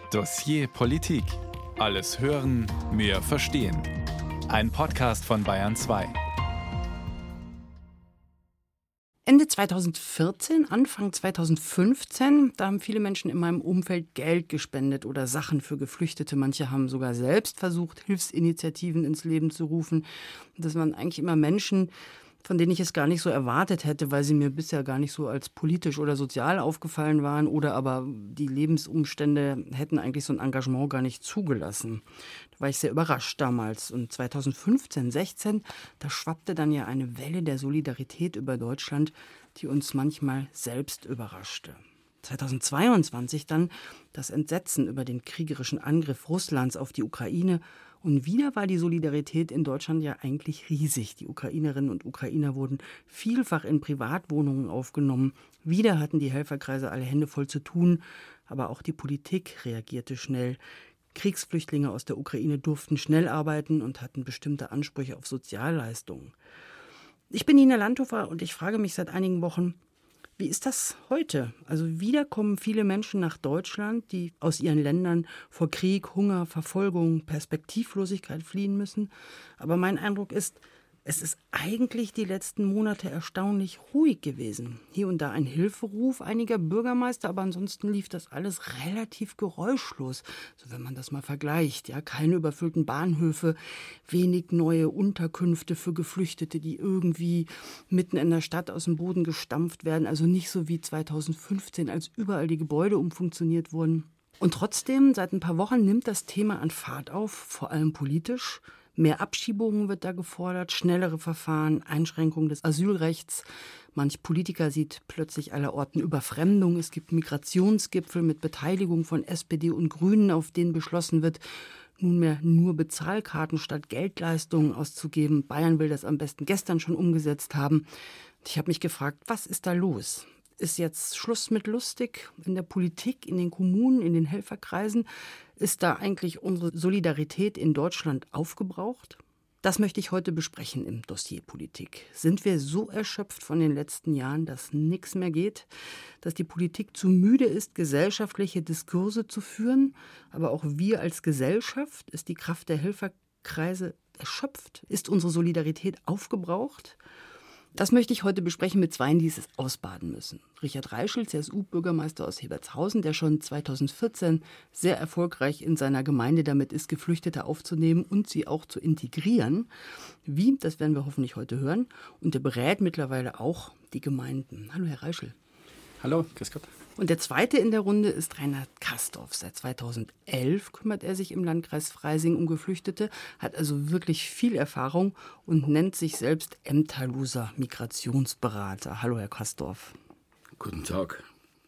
Dossier Politik. Alles hören, mehr verstehen. Ein Podcast von Bayern 2. Ende 2014, Anfang 2015, da haben viele Menschen in meinem Umfeld Geld gespendet oder Sachen für Geflüchtete. Manche haben sogar selbst versucht, Hilfsinitiativen ins Leben zu rufen. Das waren eigentlich immer Menschen, von denen ich es gar nicht so erwartet hätte, weil sie mir bisher gar nicht so als politisch oder sozial aufgefallen waren oder aber die Lebensumstände hätten eigentlich so ein Engagement gar nicht zugelassen. Da war ich sehr überrascht damals. Und 2015, 16, da schwappte dann ja eine Welle der Solidarität über Deutschland, die uns manchmal selbst überraschte. 2022 dann das Entsetzen über den kriegerischen Angriff Russlands auf die Ukraine. Und wieder war die Solidarität in Deutschland ja eigentlich riesig. Die Ukrainerinnen und Ukrainer wurden vielfach in Privatwohnungen aufgenommen. Wieder hatten die Helferkreise alle Hände voll zu tun. Aber auch die Politik reagierte schnell. Kriegsflüchtlinge aus der Ukraine durften schnell arbeiten und hatten bestimmte Ansprüche auf Sozialleistungen. Ich bin Nina Landhofer und ich frage mich seit einigen Wochen, wie ist das heute? Also wieder kommen viele Menschen nach Deutschland, die aus ihren Ländern vor Krieg, Hunger, Verfolgung, Perspektivlosigkeit fliehen müssen. Aber mein Eindruck ist, es ist eigentlich die letzten Monate erstaunlich ruhig gewesen. Hier und da ein Hilferuf einiger Bürgermeister, aber ansonsten lief das alles relativ geräuschlos. So wenn man das mal vergleicht, ja, keine überfüllten Bahnhöfe, wenig neue Unterkünfte für Geflüchtete, die irgendwie mitten in der Stadt aus dem Boden gestampft werden. Also nicht so wie 2015, als überall die Gebäude umfunktioniert wurden. Und trotzdem, seit ein paar Wochen nimmt das Thema an Fahrt auf, vor allem politisch. Mehr Abschiebungen wird da gefordert, schnellere Verfahren, Einschränkung des Asylrechts. Manch Politiker sieht plötzlich allerorten Überfremdung. Es gibt Migrationsgipfel mit Beteiligung von SPD und Grünen, auf denen beschlossen wird, nunmehr nur Bezahlkarten statt Geldleistungen auszugeben. Bayern will das am besten gestern schon umgesetzt haben. Ich habe mich gefragt, was ist da los? Ist jetzt Schluss mit lustig in der Politik, in den Kommunen, in den Helferkreisen? Ist da eigentlich unsere Solidarität in Deutschland aufgebraucht? Das möchte ich heute besprechen im Dossier Politik. Sind wir so erschöpft von den letzten Jahren, dass nichts mehr geht? Dass die Politik zu müde ist, gesellschaftliche Diskurse zu führen? Aber auch wir als Gesellschaft, ist die Kraft der Helferkreise erschöpft? Ist unsere Solidarität aufgebraucht? Das möchte ich heute besprechen mit zweien, die es ausbaden müssen. Richard Reischl, CSU-Bürgermeister aus Hebertshausen, der schon 2014 sehr erfolgreich in seiner Gemeinde damit ist, Geflüchtete aufzunehmen und sie auch zu integrieren. Wie, das werden wir hoffentlich heute hören. Und der berät mittlerweile auch die Gemeinden. Hallo, Herr Reischl. Hallo, grüß Gott. Und der zweite in der Runde ist Reinhard Kastorf. Seit 2011 kümmert er sich im Landkreis Freising um Geflüchtete, hat also wirklich viel Erfahrung und nennt sich selbst ämterloser Migrationsberater. Hallo, Herr Kastorf. Guten Tag.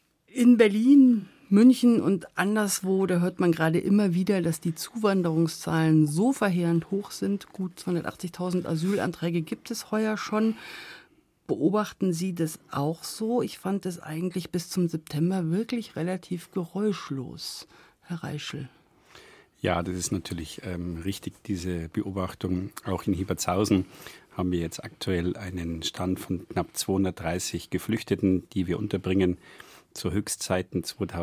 In Berlin, München und anderswo, da hört man gerade immer wieder, dass die Zuwanderungszahlen so verheerend hoch sind. Gut 280.000 Asylanträge gibt es heuer schon. Beobachten Sie das auch so? Ich fand es eigentlich bis zum September wirklich relativ geräuschlos, Herr Reischl. Ja, das ist natürlich richtig, diese Beobachtung. Auch in Hebertshausen haben wir jetzt aktuell einen Stand von knapp 230 Geflüchteten, die wir unterbringen. Zu Höchstzeiten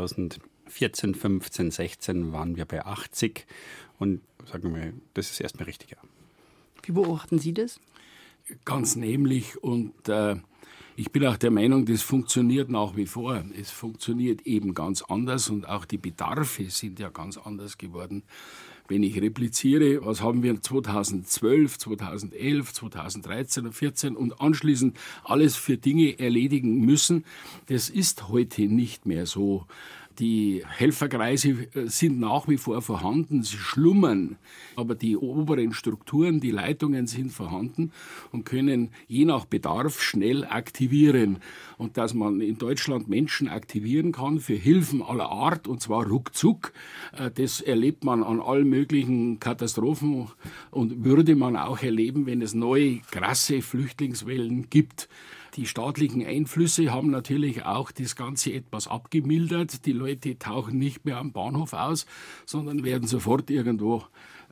2014, 15, 16 waren wir bei 80. Und sagen wir, das ist erstmal richtig, ja. Wie beobachten Sie das? Ganz nämlich und ich bin auch der Meinung, das funktioniert nach wie vor. Es funktioniert eben ganz anders und auch die Bedarfe sind ja ganz anders geworden. Wenn ich repliziere, was haben wir 2012, 2011, 2013 und 2014 und anschließend alles für Dinge erledigen müssen, das ist heute nicht mehr so. Die Helferkreise sind nach wie vor vorhanden, sie schlummern, aber die oberen Strukturen, die Leitungen sind vorhanden und können je nach Bedarf schnell aktivieren. Und dass man in Deutschland Menschen aktivieren kann für Hilfen aller Art, und zwar ruckzuck, das erlebt man an allen möglichen Katastrophen und würde man auch erleben, wenn es neue, krasse Flüchtlingswellen gibt. Die staatlichen Einflüsse haben natürlich auch das Ganze etwas abgemildert. Die Leute tauchen nicht mehr am Bahnhof aus, sondern werden sofort irgendwo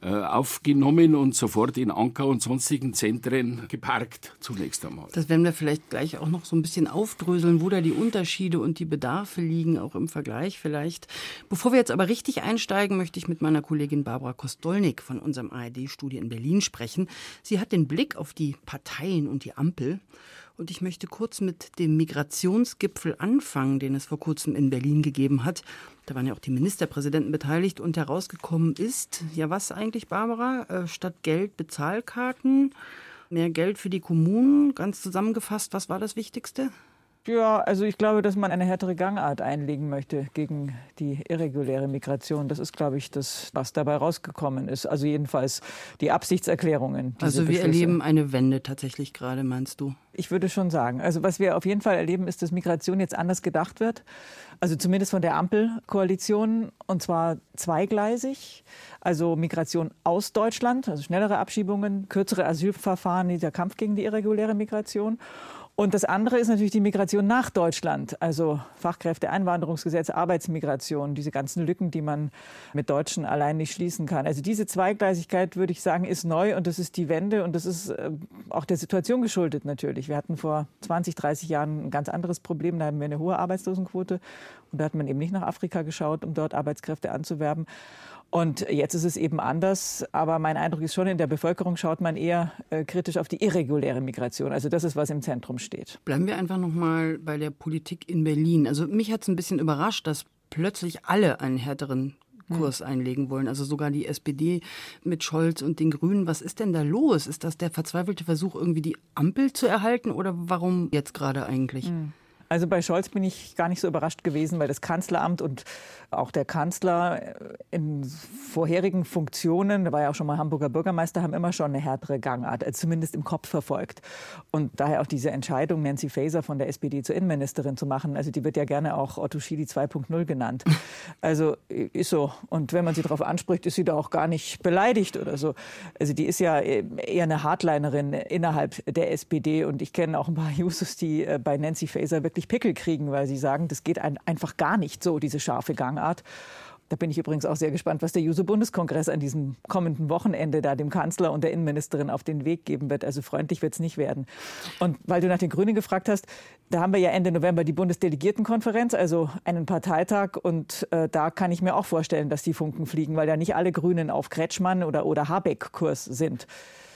aufgenommen und sofort in Anker und sonstigen Zentren geparkt, zunächst einmal. Das werden wir vielleicht gleich auch noch so ein bisschen aufdröseln, wo da die Unterschiede und die Bedarfe liegen, auch im Vergleich vielleicht. Bevor wir jetzt aber richtig einsteigen, möchte ich mit meiner Kollegin Barbara Kostolnik von unserem ARD-Studio in Berlin sprechen. Sie hat den Blick auf die Parteien und die Ampel. Und ich möchte kurz mit dem Migrationsgipfel anfangen, den es vor kurzem in Berlin gegeben hat. Da waren ja auch die Ministerpräsidenten beteiligt und herausgekommen ist, ja was eigentlich, Barbara? Statt Geld Bezahlkarten, mehr Geld für die Kommunen. Ganz zusammengefasst, was war das Wichtigste? Ja, also ich glaube, dass man eine härtere Gangart einlegen möchte gegen die irreguläre Migration. Das ist, glaube ich, das, was dabei rausgekommen ist. Also jedenfalls die Absichtserklärungen. Also wir erleben eine Wende tatsächlich gerade, meinst du? Ich würde schon sagen. Also was wir auf jeden Fall erleben, ist, dass Migration jetzt anders gedacht wird. Also zumindest von der Ampelkoalition, und zwar zweigleisig. Also Migration aus Deutschland, also schnellere Abschiebungen, kürzere Asylverfahren, dieser Kampf gegen die irreguläre Migration. Und das andere ist natürlich die Migration nach Deutschland, also Fachkräfteeinwanderungsgesetz, Arbeitsmigration, diese ganzen Lücken, die man mit Deutschen allein nicht schließen kann. Also diese Zweigleisigkeit, würde ich sagen, ist neu und das ist die Wende und das ist auch der Situation geschuldet natürlich. Wir hatten vor 20, 30 Jahren ein ganz anderes Problem, da hatten wir eine hohe Arbeitslosenquote und da hat man eben nicht nach Afrika geschaut, um dort Arbeitskräfte anzuwerben. Und jetzt ist es eben anders, aber mein Eindruck ist schon, in der Bevölkerung schaut man eher kritisch auf die irreguläre Migration. Also das ist, was im Zentrum steht. Bleiben wir einfach noch mal bei der Politik in Berlin. Also mich hat es ein bisschen überrascht, dass plötzlich alle einen härteren Kurs einlegen wollen. Also sogar die SPD mit Scholz und den Grünen. Was ist denn da los? Ist das der verzweifelte Versuch, irgendwie die Ampel zu erhalten oder warum jetzt gerade eigentlich? Also bei Scholz bin ich gar nicht so überrascht gewesen, weil das Kanzleramt und auch der Kanzler in vorherigen Funktionen, da war ja auch schon mal Hamburger Bürgermeister, haben immer schon eine härtere Gangart, also zumindest im Kopf verfolgt. Und daher auch diese Entscheidung, Nancy Faeser von der SPD zur Innenministerin zu machen, also die wird ja gerne auch Otto Schily 2.0 genannt. Also ist so. Und wenn man sie darauf anspricht, ist sie da auch gar nicht beleidigt oder so. Also die ist ja eher eine Hardlinerin innerhalb der SPD und ich kenne auch ein paar Jusos, die bei Nancy Faeser wirklich Pickel kriegen, weil sie sagen, das geht einfach gar nicht so, diese scharfe Gangart. Da bin ich übrigens auch sehr gespannt, was der Juso-Bundeskongress an diesem kommenden Wochenende da dem Kanzler und der Innenministerin auf den Weg geben wird. Also freundlich wird es nicht werden. Und weil du nach den Grünen gefragt hast, da haben wir ja Ende November die Bundesdelegiertenkonferenz, also einen Parteitag. Und da kann ich mir auch vorstellen, dass die Funken fliegen, weil ja nicht alle Grünen auf Kretschmann oder Habeck-Kurs sind.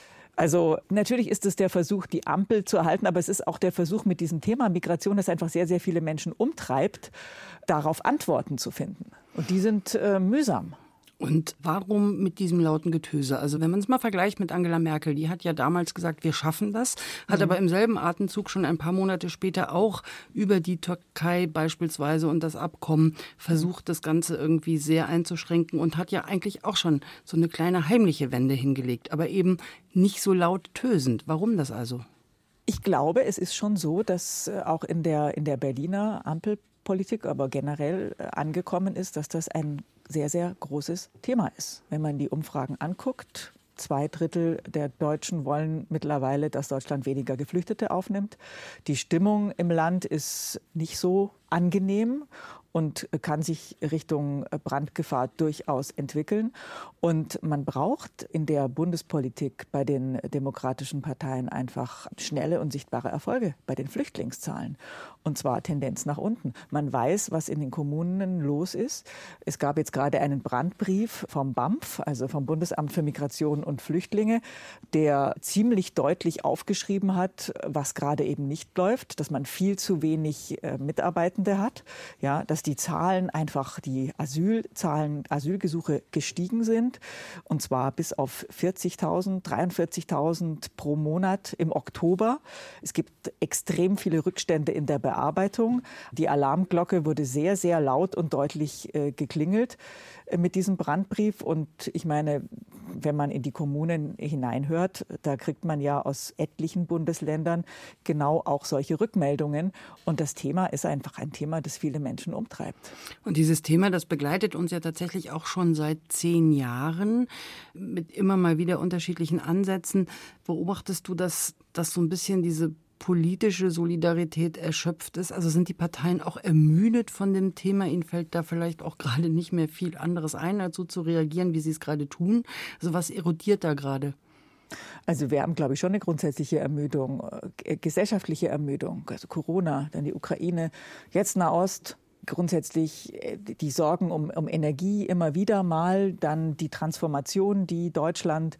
Also natürlich ist es der Versuch, die Ampel zu erhalten, aber es ist auch der Versuch mit diesem Thema Migration, das einfach sehr, sehr viele Menschen umtreibt, darauf Antworten zu finden. Und die sind mühsam. Und warum mit diesem lauten Getöse? Also wenn man es mal vergleicht mit Angela Merkel, die hat ja damals gesagt, wir schaffen das, hat aber im selben Atemzug schon ein paar Monate später auch über die Türkei beispielsweise und das Abkommen versucht, das Ganze irgendwie sehr einzuschränken und hat ja eigentlich auch schon so eine kleine heimliche Wende hingelegt, aber eben nicht so laut tösend. Warum das also? Ich glaube, es ist schon so, dass auch in der Berliner Ampelpolitik, aber generell angekommen ist, dass das ein sehr, sehr großes Thema ist. Wenn man die Umfragen anguckt, 2/3 der Deutschen wollen mittlerweile, dass Deutschland weniger Geflüchtete aufnimmt. Die Stimmung im Land ist nicht so angenehm und kann sich Richtung Brandgefahr durchaus entwickeln. Und man braucht in der Bundespolitik bei den demokratischen Parteien einfach schnelle und sichtbare Erfolge bei den Flüchtlingszahlen. Und zwar Tendenz nach unten. Man weiß, was in den Kommunen los ist. Es gab jetzt gerade einen Brandbrief vom BAMF, also vom Bundesamt für Migration und Flüchtlinge, der ziemlich deutlich aufgeschrieben hat, was gerade eben nicht läuft, dass man viel zu wenig Mitarbeitende hat, ja, dass die Zahlen einfach, die Asylzahlen, Asylgesuche gestiegen sind. Und zwar bis auf 40.000, 43.000 pro Monat im Oktober. Es gibt extrem viele Rückstände in der Bearbeitung. Die Alarmglocke wurde sehr, sehr laut und deutlich geklingelt mit diesem Brandbrief. Und ich meine, wenn man in die Kommunen hineinhört, da kriegt man ja aus etlichen Bundesländern genau auch solche Rückmeldungen. Und das Thema ist einfach ein Thema, das viele Menschen umtreibt. Und dieses Thema, das begleitet uns ja tatsächlich auch schon seit 10 Jahren mit immer mal wieder unterschiedlichen Ansätzen. Beobachtest du, dass so ein bisschen diese politische Solidarität erschöpft ist? Also sind die Parteien auch ermüdet von dem Thema? Ihnen fällt da vielleicht auch gerade nicht mehr viel anderes ein, als so zu reagieren, wie sie es gerade tun? Also was erodiert da gerade? Also wir haben, glaube ich, schon eine grundsätzliche Ermüdung, gesellschaftliche Ermüdung. Also Corona, dann die Ukraine, jetzt Nahost. Grundsätzlich die Sorgen um Energie immer wieder mal, dann die Transformation, die Deutschland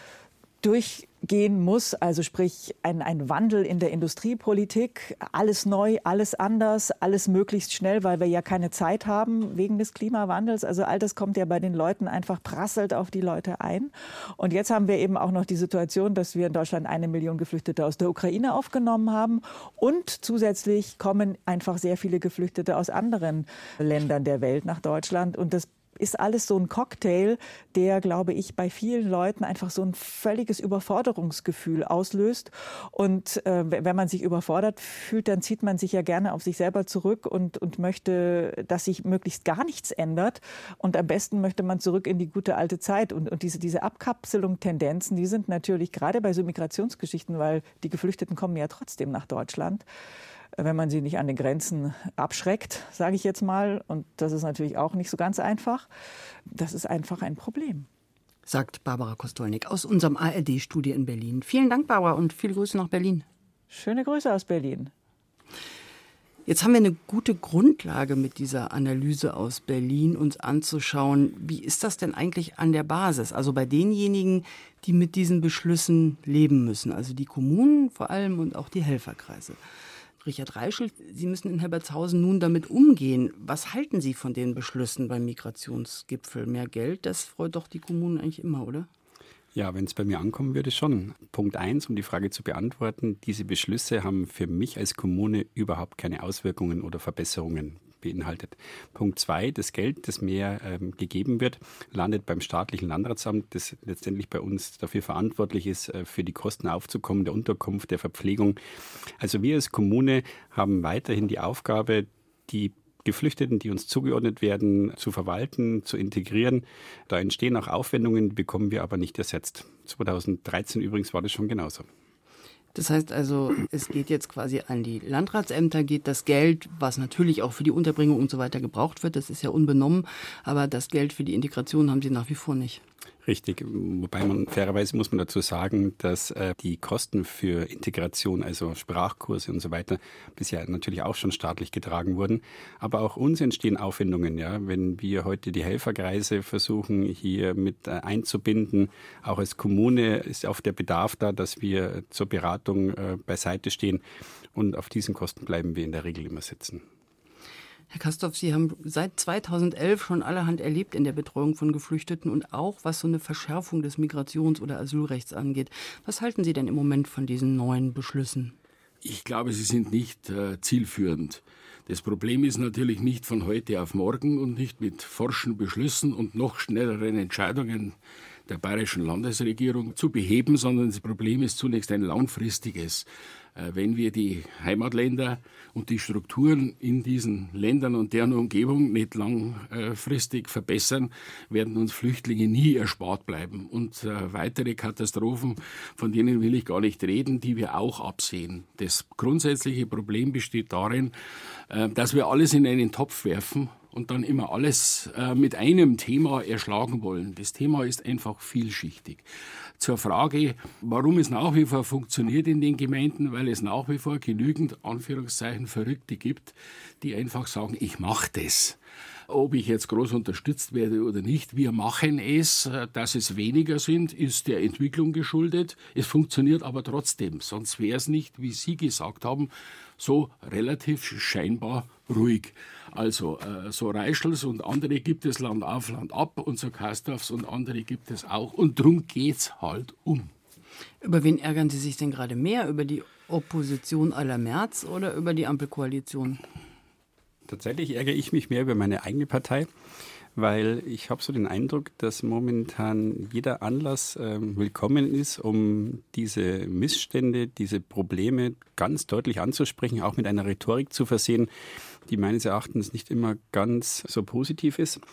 durchgehen muss, also sprich ein Wandel in der Industriepolitik, alles neu, alles anders, alles möglichst schnell, weil wir ja keine Zeit haben wegen des Klimawandels. Also all das kommt ja bei den Leuten einfach prasselt auf die Leute ein. Und jetzt haben wir eben auch noch die Situation, dass wir in Deutschland 1 Million Geflüchtete aus der Ukraine aufgenommen haben und zusätzlich kommen einfach sehr viele Geflüchtete aus anderen Ländern der Welt nach Deutschland und das ist alles so ein Cocktail, der, glaube ich, bei vielen Leuten einfach so ein völliges Überforderungsgefühl auslöst. Und wenn man sich überfordert fühlt, dann zieht man sich ja gerne auf sich selber zurück und möchte, dass sich möglichst gar nichts ändert. Und am besten möchte man zurück in die gute alte Zeit. Und diese Abkapselung-Tendenzen, die sind natürlich gerade bei so Migrationsgeschichten, weil die Geflüchteten kommen ja trotzdem nach Deutschland, wenn man sie nicht an den Grenzen abschreckt, sage ich jetzt mal. Und das ist natürlich auch nicht so ganz einfach. Das ist einfach ein Problem. Sagt Barbara Kostolnik aus unserem ARD-Studio in Berlin. Vielen Dank, Barbara, und viele Grüße nach Berlin. Schöne Grüße aus Berlin. Jetzt haben wir eine gute Grundlage mit dieser Analyse aus Berlin, uns anzuschauen, wie ist das denn eigentlich an der Basis? Also bei denjenigen, die mit diesen Beschlüssen leben müssen, also die Kommunen vor allem und auch die Helferkreise. Richard Reischl, Sie müssen in Herbertshausen nun damit umgehen. Was halten Sie von den Beschlüssen beim Migrationsgipfel? Mehr Geld, das freut doch die Kommunen eigentlich immer, oder? Ja, wenn es bei mir ankommen würde, schon. Punkt 1, um die Frage zu beantworten, diese Beschlüsse haben für mich als Kommune überhaupt keine Auswirkungen oder Verbesserungen beinhaltet. Punkt 2, das Geld, das mir gegeben wird, landet beim staatlichen Landratsamt, das letztendlich bei uns dafür verantwortlich ist, für die Kosten aufzukommen, der Unterkunft, der Verpflegung. Also wir als Kommune haben weiterhin die Aufgabe, die Geflüchteten, die uns zugeordnet werden, zu verwalten, zu integrieren. Da entstehen auch Aufwendungen, die bekommen wir aber nicht ersetzt. 2013 übrigens war das schon genauso. Das heißt also, es geht jetzt quasi an die Landratsämter, geht das Geld, was natürlich auch für die Unterbringung und so weiter gebraucht wird, das ist ja unbenommen, aber das Geld für die Integration haben Sie nach wie vor nicht. Richtig, wobei fairerweise muss man dazu sagen, dass die Kosten für Integration, also Sprachkurse und so weiter, bisher natürlich auch schon staatlich getragen wurden. Aber auch uns entstehen Aufwendungen, ja, wenn wir heute die Helferkreise versuchen, hier mit einzubinden. Auch als Kommune ist oft der Bedarf da, dass wir zur Beratung beiseite stehen. Und auf diesen Kosten bleiben wir in der Regel immer sitzen. Herr Kastorf, Sie haben seit 2011 schon allerhand erlebt in der Betreuung von Geflüchteten und auch was so eine Verschärfung des Migrations- oder Asylrechts angeht. Was halten Sie denn im Moment von diesen neuen Beschlüssen? Ich glaube, sie sind nicht zielführend. Das Problem ist natürlich nicht von heute auf morgen und nicht mit forschen Beschlüssen und noch schnelleren Entscheidungen der bayerischen Landesregierung zu beheben, sondern das Problem ist zunächst ein langfristiges. Wenn wir die Heimatländer und die Strukturen in diesen Ländern und deren Umgebung nicht langfristig verbessern, werden uns Flüchtlinge nie erspart bleiben. Und weitere Katastrophen, von denen will ich gar nicht reden, die wir auch absehen. Das grundsätzliche Problem besteht darin, dass wir alles in einen Topf werfen und dann immer alles mit einem Thema erschlagen wollen. Das Thema ist einfach vielschichtig. Zur Frage, warum es nach wie vor funktioniert in den Gemeinden, weil es nach wie vor genügend, Anführungszeichen, Verrückte gibt, die einfach sagen, ich mache das. Ob ich jetzt groß unterstützt werde oder nicht, wir machen es. Dass es weniger sind, ist der Entwicklung geschuldet. Es funktioniert aber trotzdem. Sonst wäre es nicht, wie Sie gesagt haben, so relativ scheinbar ruhig. Also so Reischls und andere gibt es Land auf, Land ab und so Kastorfs und andere gibt es auch. Und drum geht's halt um. Über wen ärgern Sie sich denn gerade mehr? Über die Opposition à la Merz oder über die Ampelkoalition? Tatsächlich ärgere ich mich mehr über meine eigene Partei, weil ich habe so den Eindruck, dass momentan jeder Anlass willkommen ist, um diese Missstände, diese Probleme ganz deutlich anzusprechen, auch mit einer Rhetorik zu versehen, die meines Erachtens nicht immer ganz so positiv ist.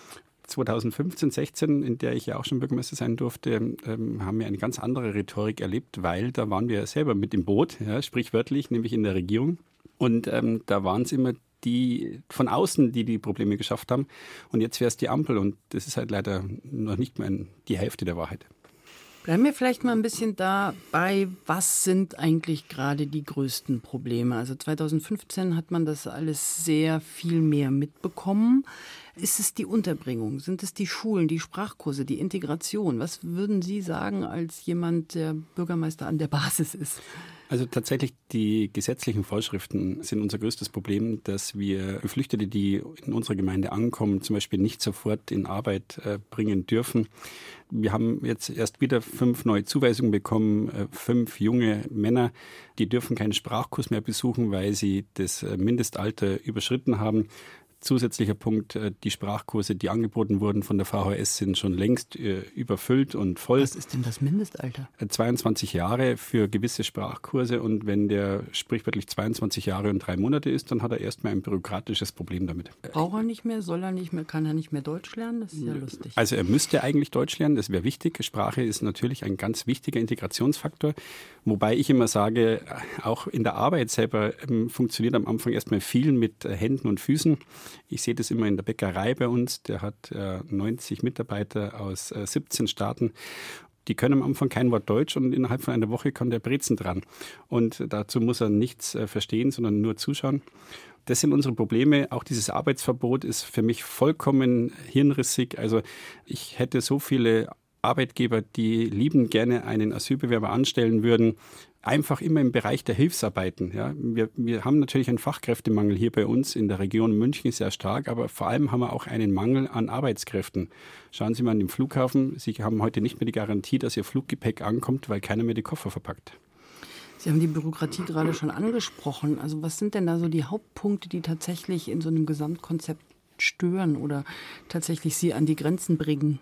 2015, 16, in der ich ja auch schon Bürgermeister sein durfte, haben wir eine ganz andere Rhetorik erlebt, weil da waren wir selber mit im Boot, ja, sprichwörtlich, nämlich in der Regierung. Und da waren es immer die von außen, die Probleme geschafft haben. Und jetzt wäre es die Ampel. Und das ist halt leider noch nicht mal die Hälfte der Wahrheit. Bleiben wir vielleicht mal ein bisschen dabei, was sind eigentlich gerade die größten Probleme? Also 2015 hat man das alles sehr viel mehr mitbekommen. Ist es die Unterbringung? Sind es die Schulen, die Sprachkurse, die Integration? Was würden Sie sagen als jemand, der Bürgermeister an der Basis ist? Also tatsächlich, die gesetzlichen Vorschriften sind unser größtes Problem, dass wir Geflüchtete, die in unserer Gemeinde ankommen, zum Beispiel nicht sofort in Arbeit bringen dürfen. Wir haben jetzt erst wieder 5 neue Zuweisungen bekommen, 5 junge Männer, die dürfen keinen Sprachkurs mehr besuchen, weil sie das Mindestalter überschritten haben. Zusätzlicher Punkt, die Sprachkurse, die angeboten wurden von der VHS, sind schon längst überfüllt und voll. Was ist denn das Mindestalter? 22 Jahre für gewisse Sprachkurse, und wenn der sprichwörtlich 22 Jahre und 3 Monate ist, dann hat er erstmal ein bürokratisches Problem damit. Braucht er nicht mehr, soll er nicht mehr, kann er nicht mehr Deutsch lernen? Das ist ja lustig. Also er müsste eigentlich Deutsch lernen, das wäre wichtig. Sprache ist natürlich ein ganz wichtiger Integrationsfaktor, wobei ich immer sage, auch in der Arbeit selber funktioniert am Anfang erstmal viel mit Händen und Füßen. Ich sehe das immer in der Bäckerei bei uns. Der hat 90 Mitarbeiter aus 17 Staaten. Die können am Anfang kein Wort Deutsch, und innerhalb von einer Woche kann der Brezen dran. Und dazu muss er nichts verstehen, sondern nur zuschauen. Das sind unsere Probleme. Auch dieses Arbeitsverbot ist für mich vollkommen hirnrissig. Also ich hätte so viele Arbeitgeber, die liebend gerne einen Asylbewerber anstellen würden, einfach immer im Bereich der Hilfsarbeiten. Ja. Wir haben natürlich einen Fachkräftemangel hier bei uns in der Region München sehr stark, aber vor allem haben wir auch einen Mangel an Arbeitskräften. Schauen Sie mal an den Flughafen. Sie haben heute nicht mehr die Garantie, dass Ihr Fluggepäck ankommt, weil keiner mehr die Koffer verpackt. Sie haben die Bürokratie gerade schon angesprochen. Also was sind denn da so die Hauptpunkte, die tatsächlich in so einem Gesamtkonzept stören oder tatsächlich Sie an die Grenzen bringen?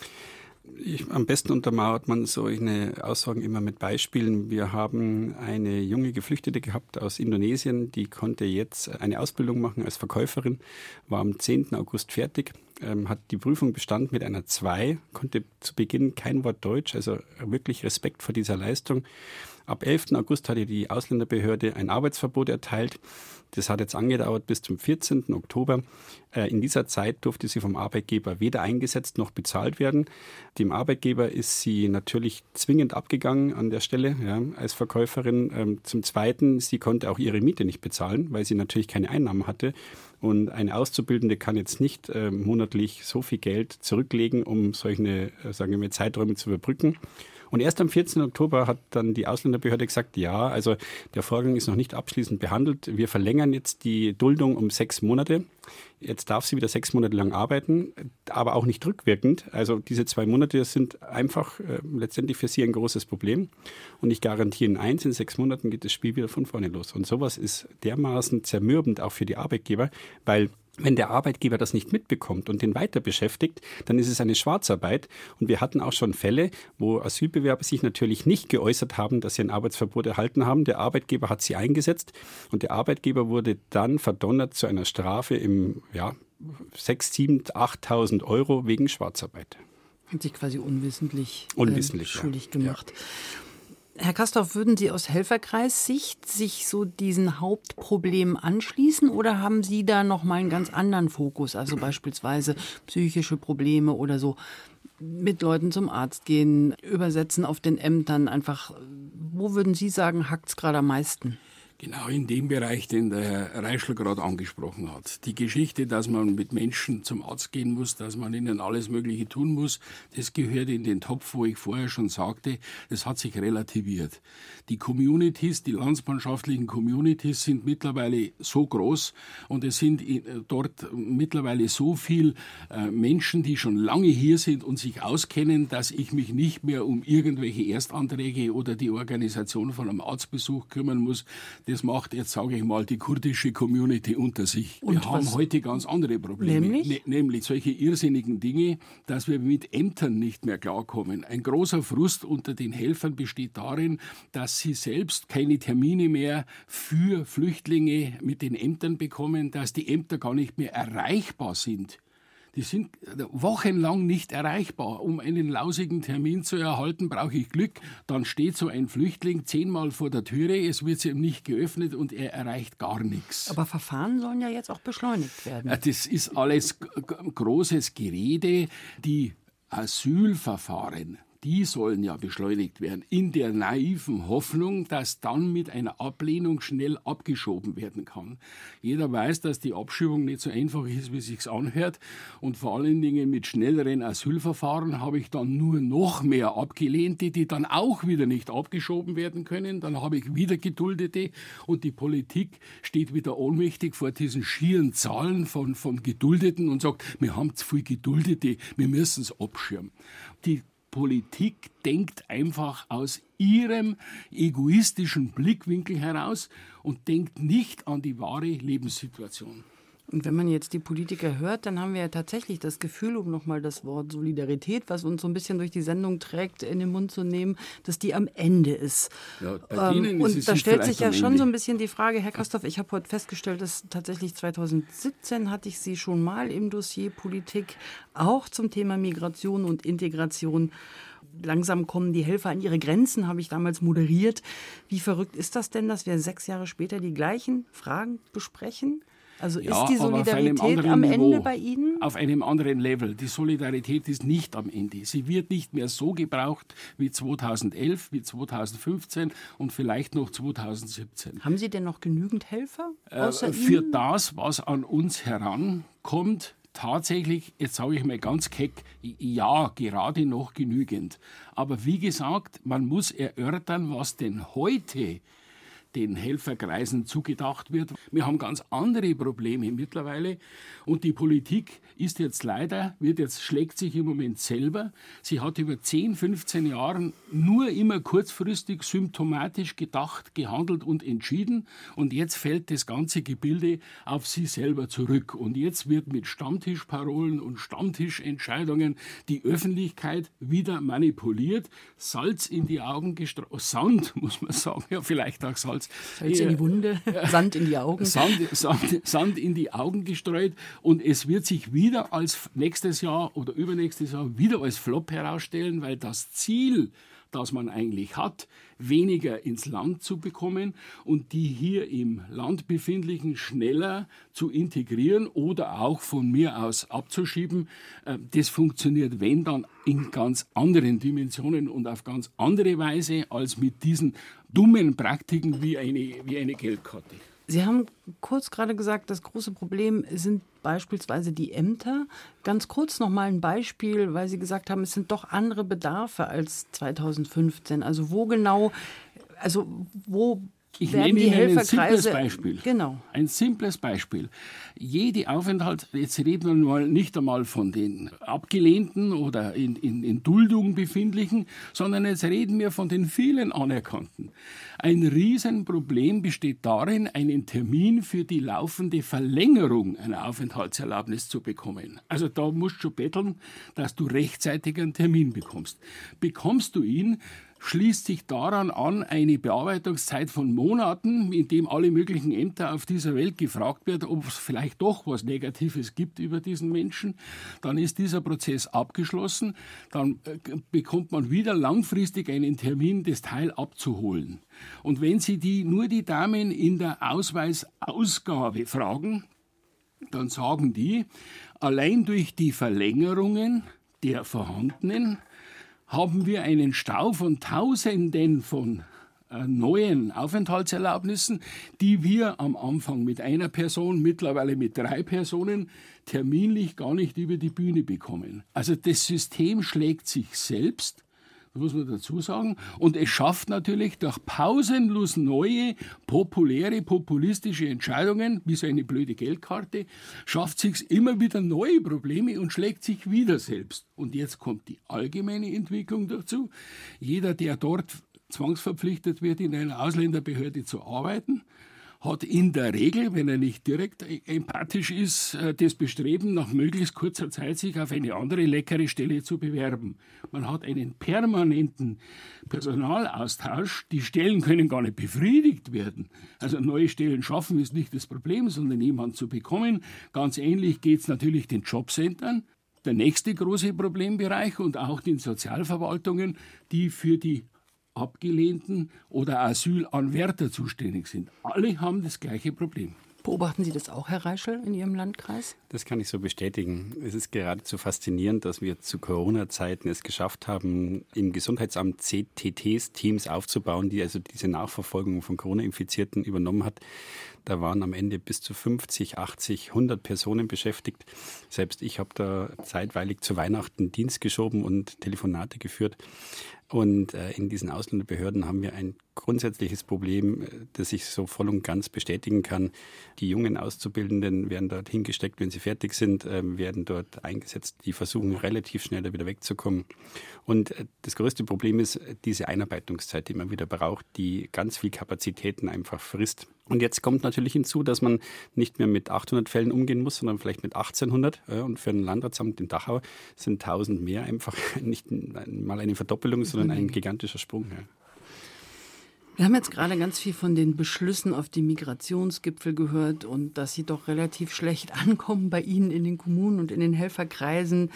Am besten untermauert man solche Aussagen immer mit Beispielen. Wir haben eine junge Geflüchtete gehabt aus Indonesien, die konnte jetzt eine Ausbildung machen als Verkäuferin, war am 10. August fertig, hat die Prüfung bestanden mit einer 2, konnte zu Beginn kein Wort Deutsch, also wirklich Respekt vor dieser Leistung. Ab 11. August hat ihr die Ausländerbehörde ein Arbeitsverbot erteilt. Das hat jetzt angedauert bis zum 14. Oktober. In dieser Zeit durfte sie vom Arbeitgeber weder eingesetzt noch bezahlt werden. Dem Arbeitgeber ist sie natürlich zwingend abgegangen an der Stelle, ja, als Verkäuferin. Zum Zweiten, sie konnte auch ihre Miete nicht bezahlen, weil sie natürlich keine Einnahmen hatte. Und eine Auszubildende kann jetzt nicht monatlich so viel Geld zurücklegen, um solche, sagen wir, Zeiträume zu überbrücken. Und erst am 14. Oktober hat dann die Ausländerbehörde gesagt, ja, also der Vorgang ist noch nicht abschließend behandelt. Wir verlängern jetzt die Duldung um 6 Monate. Jetzt darf sie wieder 6 Monate lang arbeiten, aber auch nicht rückwirkend. Also diese 2 Monate sind einfach letztendlich für sie ein großes Problem. Und ich garantiere Ihnen eins, in 6 Monaten geht das Spiel wieder von vorne los. Und sowas ist dermaßen zermürbend auch für die Arbeitgeber, weil wenn der Arbeitgeber das nicht mitbekommt und den weiter beschäftigt, dann ist es eine Schwarzarbeit. Und wir hatten auch schon Fälle, wo Asylbewerber sich natürlich nicht geäußert haben, dass sie ein Arbeitsverbot erhalten haben. Der Arbeitgeber hat sie eingesetzt und der Arbeitgeber wurde dann verdonnert zu einer Strafe im 6.000, 7.000, 8.000 Euro wegen Schwarzarbeit. Hat sich quasi unwissentlich schuldig gemacht. Ja. Herr Kastorf, würden Sie aus Helferkreissicht sich so diesen Hauptproblemen anschließen oder haben Sie da noch mal einen ganz anderen Fokus, also beispielsweise psychische Probleme oder so mit Leuten zum Arzt gehen, übersetzen auf den Ämtern einfach, wo würden Sie sagen, hackt's gerade am meisten? Genau in dem Bereich, den der Herr Reischl gerade angesprochen hat. Die Geschichte, dass man mit Menschen zum Arzt gehen muss, dass man ihnen alles Mögliche tun muss, das gehört in den Topf, wo ich vorher schon sagte, das hat sich relativiert. Die Communities, die landsmannschaftlichen Communities sind mittlerweile so groß und es sind dort mittlerweile so viel Menschen, die schon lange hier sind und sich auskennen, dass ich mich nicht mehr um irgendwelche Erstanträge oder die Organisation von einem Arztbesuch kümmern muss. Das macht jetzt, sage ich mal, die kurdische Community unter sich. Wir haben heute ganz andere Probleme. Nämlich solche irrsinnigen Dinge, dass wir mit Ämtern nicht mehr klarkommen. Ein großer Frust unter den Helfern besteht darin, dass sie selbst keine Termine mehr für Flüchtlinge mit den Ämtern bekommen, dass die Ämter gar nicht mehr erreichbar sind. die sind wochenlang nicht erreichbar. Um einen lausigen Termin zu erhalten, brauche ich Glück. Dann steht so ein Flüchtling 10-mal vor der Türe, es wird ihm nicht geöffnet und er erreicht gar nichts. Aber Verfahren sollen ja jetzt auch beschleunigt werden. Das ist alles großes Gerede. Die Asylverfahren, die sollen ja beschleunigt werden, in der naiven Hoffnung, dass dann mit einer Ablehnung schnell abgeschoben werden kann. Jeder weiß, dass die Abschiebung nicht so einfach ist, wie es sich anhört. Und vor allen Dingen mit schnelleren Asylverfahren habe ich dann nur noch mehr Abgelehnte, die dann auch wieder nicht abgeschoben werden können. Dann habe ich wieder Geduldete und die Politik steht wieder ohnmächtig vor diesen schieren Zahlen von Geduldeten und sagt, wir haben zu viel Geduldete, wir müssen es abschirmen. Die Politik denkt einfach aus ihrem egoistischen Blickwinkel heraus und denkt nicht an die wahre Lebenssituation. Und wenn man jetzt die Politiker hört, dann haben wir ja tatsächlich das Gefühl, um nochmal das Wort Solidarität, was uns so ein bisschen durch die Sendung trägt, in den Mund zu nehmen, dass die am Ende ist. Ja, bei Ihnen ist und da es stellt sich ja schon Ende. so ein bisschen die Frage, Herr Kastorf, ich habe heute festgestellt, dass tatsächlich 2017 hatte ich Sie schon mal im Dossier Politik, auch zum Thema Migration und Integration. Langsam kommen die Helfer an ihre Grenzen, habe ich damals moderiert. Wie verrückt ist das denn, dass wir 6 Jahre später die gleichen Fragen besprechen? Also Ja, ist die aber auf einem Solidarität anderen am Niveau, Ende bei Ihnen? Auf einem anderen Level. Die Solidarität ist nicht am Ende. Sie wird nicht mehr so gebraucht wie 2011, wie 2015 und vielleicht noch 2017. Haben Sie denn noch genügend Helfer außer Für Ihnen? das, was an uns herankommt, tatsächlich, jetzt sage ich mal ganz keck, ja, gerade noch genügend. Aber wie gesagt, man muss erörtern, was denn heute den Helferkreisen zugedacht wird. Wir haben ganz andere Probleme mittlerweile und die Politik ist jetzt leider, schlägt sich im Moment selber. Sie hat über 10, 15 Jahre nur immer kurzfristig symptomatisch gedacht, gehandelt und entschieden und jetzt fällt das ganze Gebilde auf sie selber zurück und jetzt wird mit Stammtischparolen und Stammtischentscheidungen die Öffentlichkeit wieder manipuliert, Salz in die Augen gestreut, Sand muss man sagen, ja vielleicht auch Salz in die Wunde, Sand in die Augen. Sand in die Augen gestreut und es wird sich wieder als nächstes Jahr oder übernächstes Jahr wieder als Flop herausstellen, weil das Ziel, das man eigentlich hat, weniger ins Land zu bekommen und die hier im Land befindlichen schneller zu integrieren oder auch von mir aus abzuschieben, das funktioniert, wenn dann in ganz anderen Dimensionen und auf ganz andere Weise als mit diesen dummen Praktiken wie eine Geldkarte. Sie haben kurz gerade gesagt, das große Problem sind beispielsweise die Ämter. Ganz kurz noch mal ein Beispiel, weil Sie gesagt haben, es sind doch andere Bedarfe als 2015. Also wo genau, wo ich werden nenne die Ihnen Helferkreise... ein simples Beispiel. Genau. Ein simples Beispiel. Jede Aufenthalt, jetzt reden wir nicht einmal von den Abgelehnten oder in Duldung befindlichen, sondern jetzt reden wir von den vielen Anerkannten. Ein Riesenproblem besteht darin, einen Termin für die laufende Verlängerung einer Aufenthaltserlaubnis zu bekommen. Also da musst du schon betteln, dass du rechtzeitig einen Termin bekommst. Bekommst du ihn, schließt sich daran an eine Bearbeitungszeit von Monaten, in dem alle möglichen Ämter auf dieser Welt gefragt wird, ob es vielleicht doch was Negatives gibt über diesen Menschen. Dann ist dieser Prozess abgeschlossen. Dann bekommt man wieder langfristig einen Termin, das Teil abzuholen. Und wenn Sie nur die Damen in der Ausweisausgabe fragen, dann sagen die, allein durch die Verlängerungen der vorhandenen haben wir einen Stau von Tausenden von neuen Aufenthaltserlaubnissen, die wir am Anfang mit einer Person, mittlerweile mit 3 Personen, terminlich gar nicht über die Bühne bekommen. Also das System schlägt sich selbst, das muss man dazu sagen, und es schafft natürlich durch pausenlos neue, populistische Entscheidungen, wie so eine blöde Geldkarte, schafft sich immer wieder neue Probleme und schlägt sich wieder selbst. Und jetzt kommt die allgemeine Entwicklung dazu. Jeder, der dort zwangsverpflichtet wird, in einer Ausländerbehörde zu arbeiten, hat in der Regel, wenn er nicht direkt empathisch ist, das Bestreben, nach möglichst kurzer Zeit sich auf eine andere leckere Stelle zu bewerben. Man hat einen permanenten Personalaustausch. Die Stellen können gar nicht befriedigt werden. Also neue Stellen schaffen ist nicht das Problem, sondern jemanden zu bekommen. Ganz ähnlich geht es natürlich den Jobcentern. Der nächste große Problembereich und auch den Sozialverwaltungen, die für die Abgelehnten oder Asylanwärter zuständig sind. Alle haben das gleiche Problem. Beobachten Sie das auch, Herr Reischl, in Ihrem Landkreis? Das kann ich so bestätigen. Es ist geradezu faszinierend, dass wir zu Corona-Zeiten es geschafft haben, im Gesundheitsamt CTTs-Teams aufzubauen, die also diese Nachverfolgung von Corona-Infizierten übernommen hat. Da waren am Ende bis zu 50, 80, 100 Personen beschäftigt. Selbst ich habe da zeitweilig zu Weihnachten Dienst geschoben und Telefonate geführt. Und in diesen Ausländerbehörden haben wir ein grundsätzliches Problem, das ich so voll und ganz bestätigen kann. Die jungen Auszubildenden werden dort hingesteckt, wenn sie fertig sind, werden dort eingesetzt. Die versuchen relativ schnell da wieder wegzukommen. Und das größte Problem ist diese Einarbeitungszeit, die man wieder braucht, die ganz viel Kapazitäten einfach frisst. Und jetzt kommt natürlich hinzu, dass man nicht mehr mit 800 Fällen umgehen muss, sondern vielleicht mit 1800. Und für ein Landratsamt in Dachau sind 1000 mehr einfach nicht mal eine Verdoppelung, sondern ein gigantischer Sprung. Ja. Wir haben jetzt gerade ganz viel von den Beschlüssen auf die Migrationsgipfel gehört und dass sie doch relativ schlecht ankommen bei Ihnen in den Kommunen und in den Helferkreisen.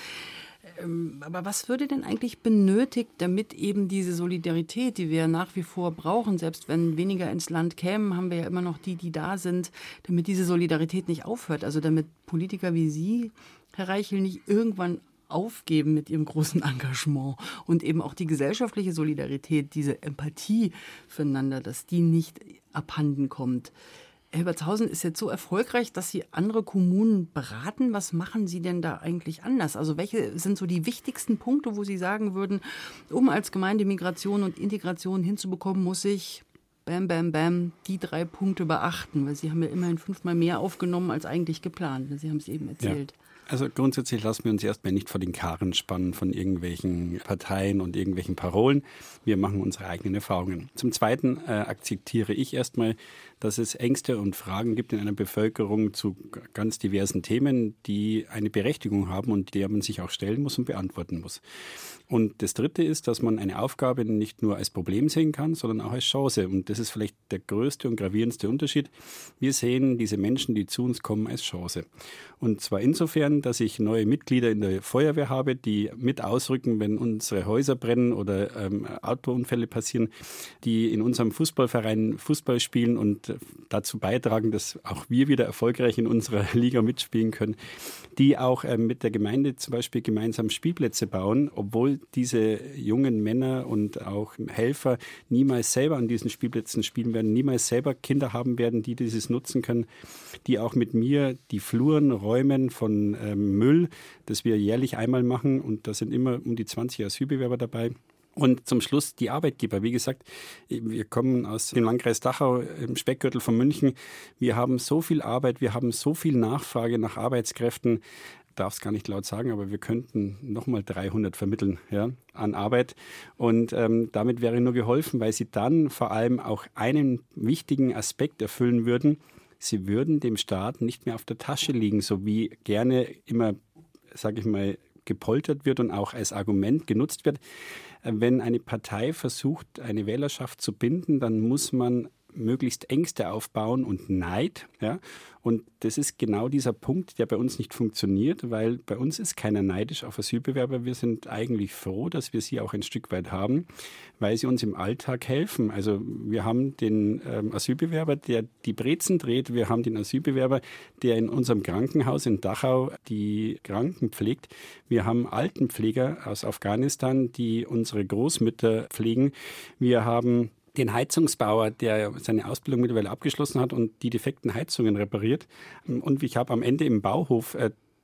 Aber was würde denn eigentlich benötigt, damit eben diese Solidarität, die wir nach wie vor brauchen, selbst wenn weniger ins Land kämen, haben wir ja immer noch die da sind, damit diese Solidarität nicht aufhört? Also damit Politiker wie Sie, Herr Reichel, nicht irgendwann aufgeben mit ihrem großen Engagement und eben auch die gesellschaftliche Solidarität, diese Empathie füreinander, dass die nicht abhanden kommt. Hilbertshausen ist jetzt so erfolgreich, dass Sie andere Kommunen beraten. Was machen Sie denn da eigentlich anders? Also welche sind so die wichtigsten Punkte, wo Sie sagen würden, um als Gemeinde Migration und Integration hinzubekommen, muss ich bam, bam, bam, die 3 Punkte beachten? Weil Sie haben ja immerhin 5-mal mehr aufgenommen als eigentlich geplant. Sie haben es eben erzählt. Ja. Also grundsätzlich lassen wir uns erstmal nicht vor den Karren spannen von irgendwelchen Parteien und irgendwelchen Parolen. Wir machen unsere eigenen Erfahrungen. Zum Zweiten akzeptiere ich erstmal, dass es Ängste und Fragen gibt in einer Bevölkerung zu ganz diversen Themen, die eine Berechtigung haben und der man sich auch stellen muss und beantworten muss. Und das Dritte ist, dass man eine Aufgabe nicht nur als Problem sehen kann, sondern auch als Chance. Und das ist vielleicht der größte und gravierendste Unterschied. Wir sehen diese Menschen, die zu uns kommen, als Chance. Und zwar insofern, dass ich neue Mitglieder in der Feuerwehr habe, die mit ausrücken, wenn unsere Häuser brennen oder Autounfälle passieren, die in unserem Fußballverein Fußball spielen und dazu beitragen, dass auch wir wieder erfolgreich in unserer Liga mitspielen können, die auch mit der Gemeinde zum Beispiel gemeinsam Spielplätze bauen, obwohl diese jungen Männer und auch Helfer niemals selber an diesen Spielplätzen spielen werden, niemals selber Kinder haben werden, die dieses nutzen können, die auch mit mir die Fluren räumen von Müll, das wir jährlich einmal machen, und da sind immer um die 20 Asylbewerber dabei. Und zum Schluss die Arbeitgeber. Wie gesagt, wir kommen aus dem Landkreis Dachau, im Speckgürtel von München. Wir haben so viel Arbeit, wir haben so viel Nachfrage nach Arbeitskräften. Ich darf es gar nicht laut sagen, aber wir könnten nochmal 300 vermitteln, ja, an Arbeit. Und damit wäre nur geholfen, weil sie dann vor allem auch einen wichtigen Aspekt erfüllen würden. Sie würden dem Staat nicht mehr auf der Tasche liegen, so wie gerne immer, sage ich mal, gepoltert wird und auch als Argument genutzt wird. Wenn eine Partei versucht, eine Wählerschaft zu binden, dann muss man möglichst Ängste aufbauen und Neid. Ja? Und das ist genau dieser Punkt, der bei uns nicht funktioniert, weil bei uns ist keiner neidisch auf Asylbewerber. Wir sind eigentlich froh, dass wir sie auch ein Stück weit haben, weil sie uns im Alltag helfen. Also wir haben den Asylbewerber, der die Brezen dreht. Wir haben den Asylbewerber, der in unserem Krankenhaus in Dachau die Kranken pflegt. Wir haben Altenpfleger aus Afghanistan, die unsere Großmütter pflegen. Wir haben den Heizungsbauer, der seine Ausbildung mittlerweile abgeschlossen hat und die defekten Heizungen repariert. Und ich habe am Ende im Bauhof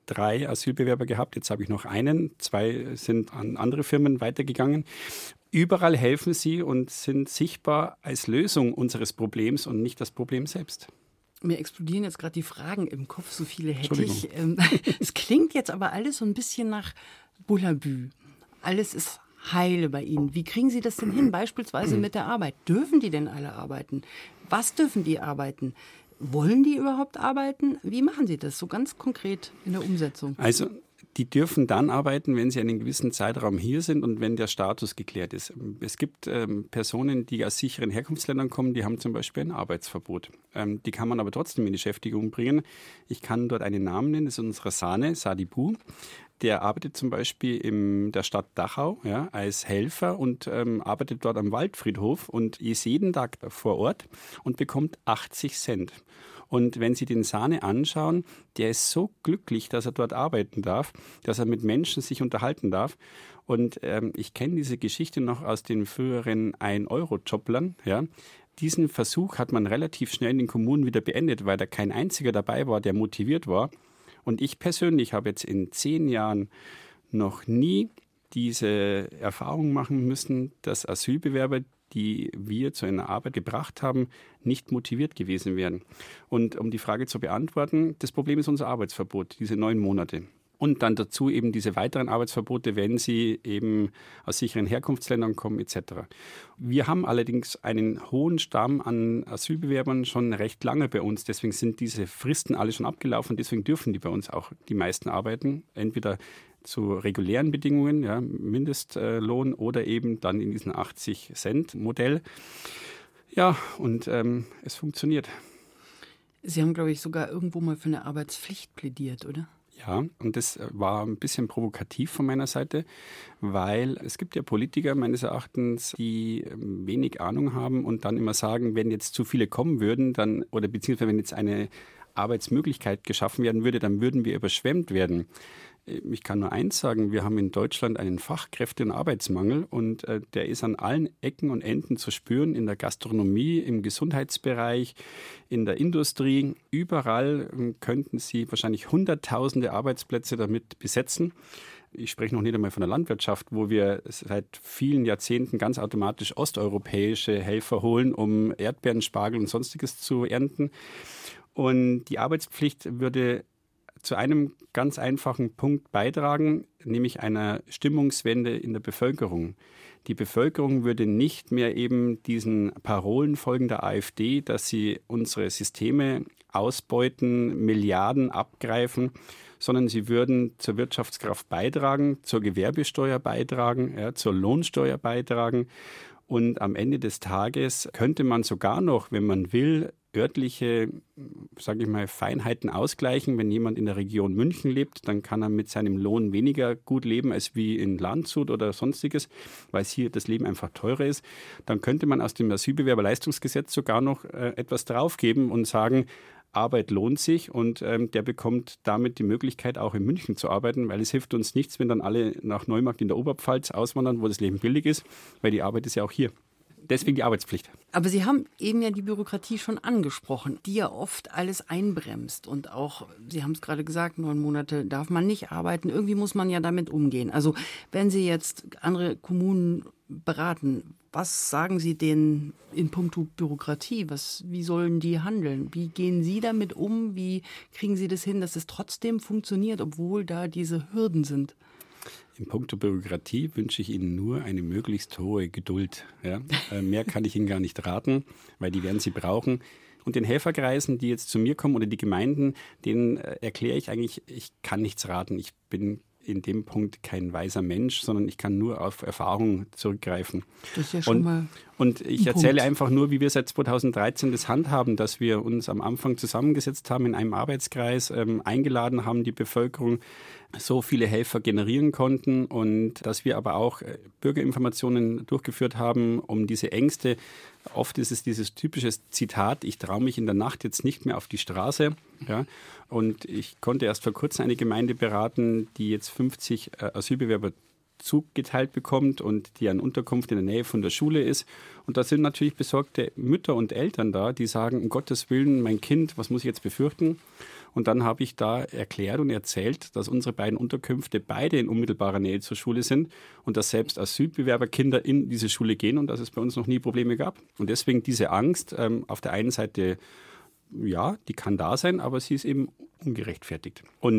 3 Asylbewerber gehabt. Jetzt habe ich noch einen. 2 sind an andere Firmen weitergegangen. Überall helfen sie und sind sichtbar als Lösung unseres Problems und nicht das Problem selbst. Mir explodieren jetzt gerade die Fragen im Kopf, so viele hätte ich. Es klingt jetzt aber alles so ein bisschen nach Bullabü. Alles ist heile bei Ihnen. Wie kriegen Sie das denn hin, beispielsweise mit der Arbeit? Dürfen die denn alle arbeiten? Was dürfen die arbeiten? Wollen die überhaupt arbeiten? Wie machen Sie das so ganz konkret in der Umsetzung? Also die dürfen dann arbeiten, wenn sie einen gewissen Zeitraum hier sind und wenn der Status geklärt ist. Es gibt Personen, die aus sicheren Herkunftsländern kommen, die haben zum Beispiel ein Arbeitsverbot. Die kann man aber trotzdem in die Beschäftigung bringen. Ich kann dort einen Namen nennen, das ist unsere Sane, Sadibu. Der arbeitet zum Beispiel in der Stadt Dachau als Helfer und arbeitet dort am Waldfriedhof und ist jeden Tag vor Ort und bekommt 80 Cent. Und wenn Sie den Sane anschauen, der ist so glücklich, dass er dort arbeiten darf, dass er mit Menschen sich unterhalten darf. Und ich kenne diese Geschichte noch aus den früheren 1-Euro-Jobblern. Ja. Diesen Versuch hat man relativ schnell in den Kommunen wieder beendet, weil da kein einziger dabei war, der motiviert war. Und ich persönlich habe jetzt in 10 Jahren noch nie diese Erfahrung machen müssen, dass Asylbewerber, die wir zu einer Arbeit gebracht haben, nicht motiviert gewesen wären. Und um die Frage zu beantworten, das Problem ist unser Arbeitsverbot, diese 9 Monate. Und dann dazu eben diese weiteren Arbeitsverbote, wenn sie eben aus sicheren Herkunftsländern kommen etc. Wir haben allerdings einen hohen Stamm an Asylbewerbern schon recht lange bei uns. Deswegen sind diese Fristen alle schon abgelaufen. Deswegen dürfen die bei uns auch die meisten arbeiten. Entweder zu regulären Bedingungen, ja, Mindestlohn oder eben dann in diesem 80-Cent-Modell. Ja, und es funktioniert. Sie haben, glaube ich, sogar irgendwo mal für eine Arbeitspflicht plädiert, oder? Ja, und das war ein bisschen provokativ von meiner Seite, weil es gibt ja Politiker meines Erachtens, die wenig Ahnung haben und dann immer sagen, wenn jetzt zu viele kommen würden, dann oder beziehungsweise wenn jetzt eine Arbeitsmöglichkeit geschaffen werden würde, dann würden wir überschwemmt werden. Ich kann nur eins sagen, wir haben in Deutschland einen Fachkräfte- und Arbeitsmangel und der ist an allen Ecken und Enden zu spüren, in der Gastronomie, im Gesundheitsbereich, in der Industrie. Überall könnten Sie wahrscheinlich Hunderttausende Arbeitsplätze damit besetzen. Ich spreche noch nicht einmal von der Landwirtschaft, wo wir seit vielen Jahrzehnten ganz automatisch osteuropäische Helfer holen, um Erdbeeren, Spargel und Sonstiges zu ernten. Und die Arbeitspflicht würde zu einem ganz einfachen Punkt beitragen, nämlich einer Stimmungswende in der Bevölkerung. Die Bevölkerung würde nicht mehr eben diesen Parolen folgen der AfD, dass sie unsere Systeme ausbeuten, Milliarden abgreifen, sondern sie würden zur Wirtschaftskraft beitragen, zur Gewerbesteuer beitragen, zur Lohnsteuer beitragen. Und am Ende des Tages könnte man sogar noch, wenn man will, örtliche, sage ich mal, Feinheiten ausgleichen. Wenn jemand in der Region München lebt, dann kann er mit seinem Lohn weniger gut leben als wie in Landshut oder sonstiges, weil es hier das Leben einfach teurer ist. Dann könnte man aus dem Asylbewerberleistungsgesetz sogar noch etwas draufgeben und sagen, Arbeit lohnt sich und der bekommt damit die Möglichkeit, auch in München zu arbeiten, weil es hilft uns nichts, wenn dann alle nach Neumarkt in der Oberpfalz auswandern, wo das Leben billig ist, weil die Arbeit ist ja auch hier. Deswegen die Arbeitspflicht. Aber Sie haben eben ja die Bürokratie schon angesprochen, die ja oft alles einbremst. Und auch, Sie haben es gerade gesagt, 9 Monate darf man nicht arbeiten. Irgendwie muss man ja damit umgehen. Also wenn Sie jetzt andere Kommunen beraten, was sagen Sie denen in puncto Bürokratie? Wie sollen die handeln? Wie gehen Sie damit um? Wie kriegen Sie das hin, dass es trotzdem funktioniert, obwohl da diese Hürden sind? In puncto Bürokratie wünsche ich Ihnen nur eine möglichst hohe Geduld. Ja? Mehr kann ich Ihnen gar nicht raten, weil die werden Sie brauchen. Und den Helferkreisen, die jetzt zu mir kommen oder die Gemeinden, denen erkläre ich eigentlich, ich kann nichts raten. Ich bin in dem Punkt kein weiser Mensch, sondern ich kann nur auf Erfahrung zurückgreifen. Das ist ja schon mal und ich erzähle einfach nur, wie wir seit 2013 das handhaben, dass wir uns am Anfang zusammengesetzt haben in einem Arbeitskreis, eingeladen haben, die Bevölkerung, so viele Helfer generieren konnten und dass wir aber auch Bürgerinformationen durchgeführt haben, um diese Ängste. Oft ist es dieses typische Zitat, ich traue mich in der Nacht jetzt nicht mehr auf die Straße. Ja? Und ich konnte erst vor kurzem eine Gemeinde beraten, die jetzt 50 Asylbewerber zugeteilt bekommt und die an Unterkunft in der Nähe von der Schule ist. Und da sind natürlich besorgte Mütter und Eltern da, die sagen, um Gottes Willen, mein Kind, was muss ich jetzt befürchten? Und dann habe ich da erklärt und erzählt, dass unsere beiden Unterkünfte beide in unmittelbarer Nähe zur Schule sind und dass selbst Asylbewerberkinder in diese Schule gehen und dass es bei uns noch nie Probleme gab. Und deswegen diese Angst, auf der einen Seite, ja, die kann da sein, aber sie ist eben ungerechtfertigt. Und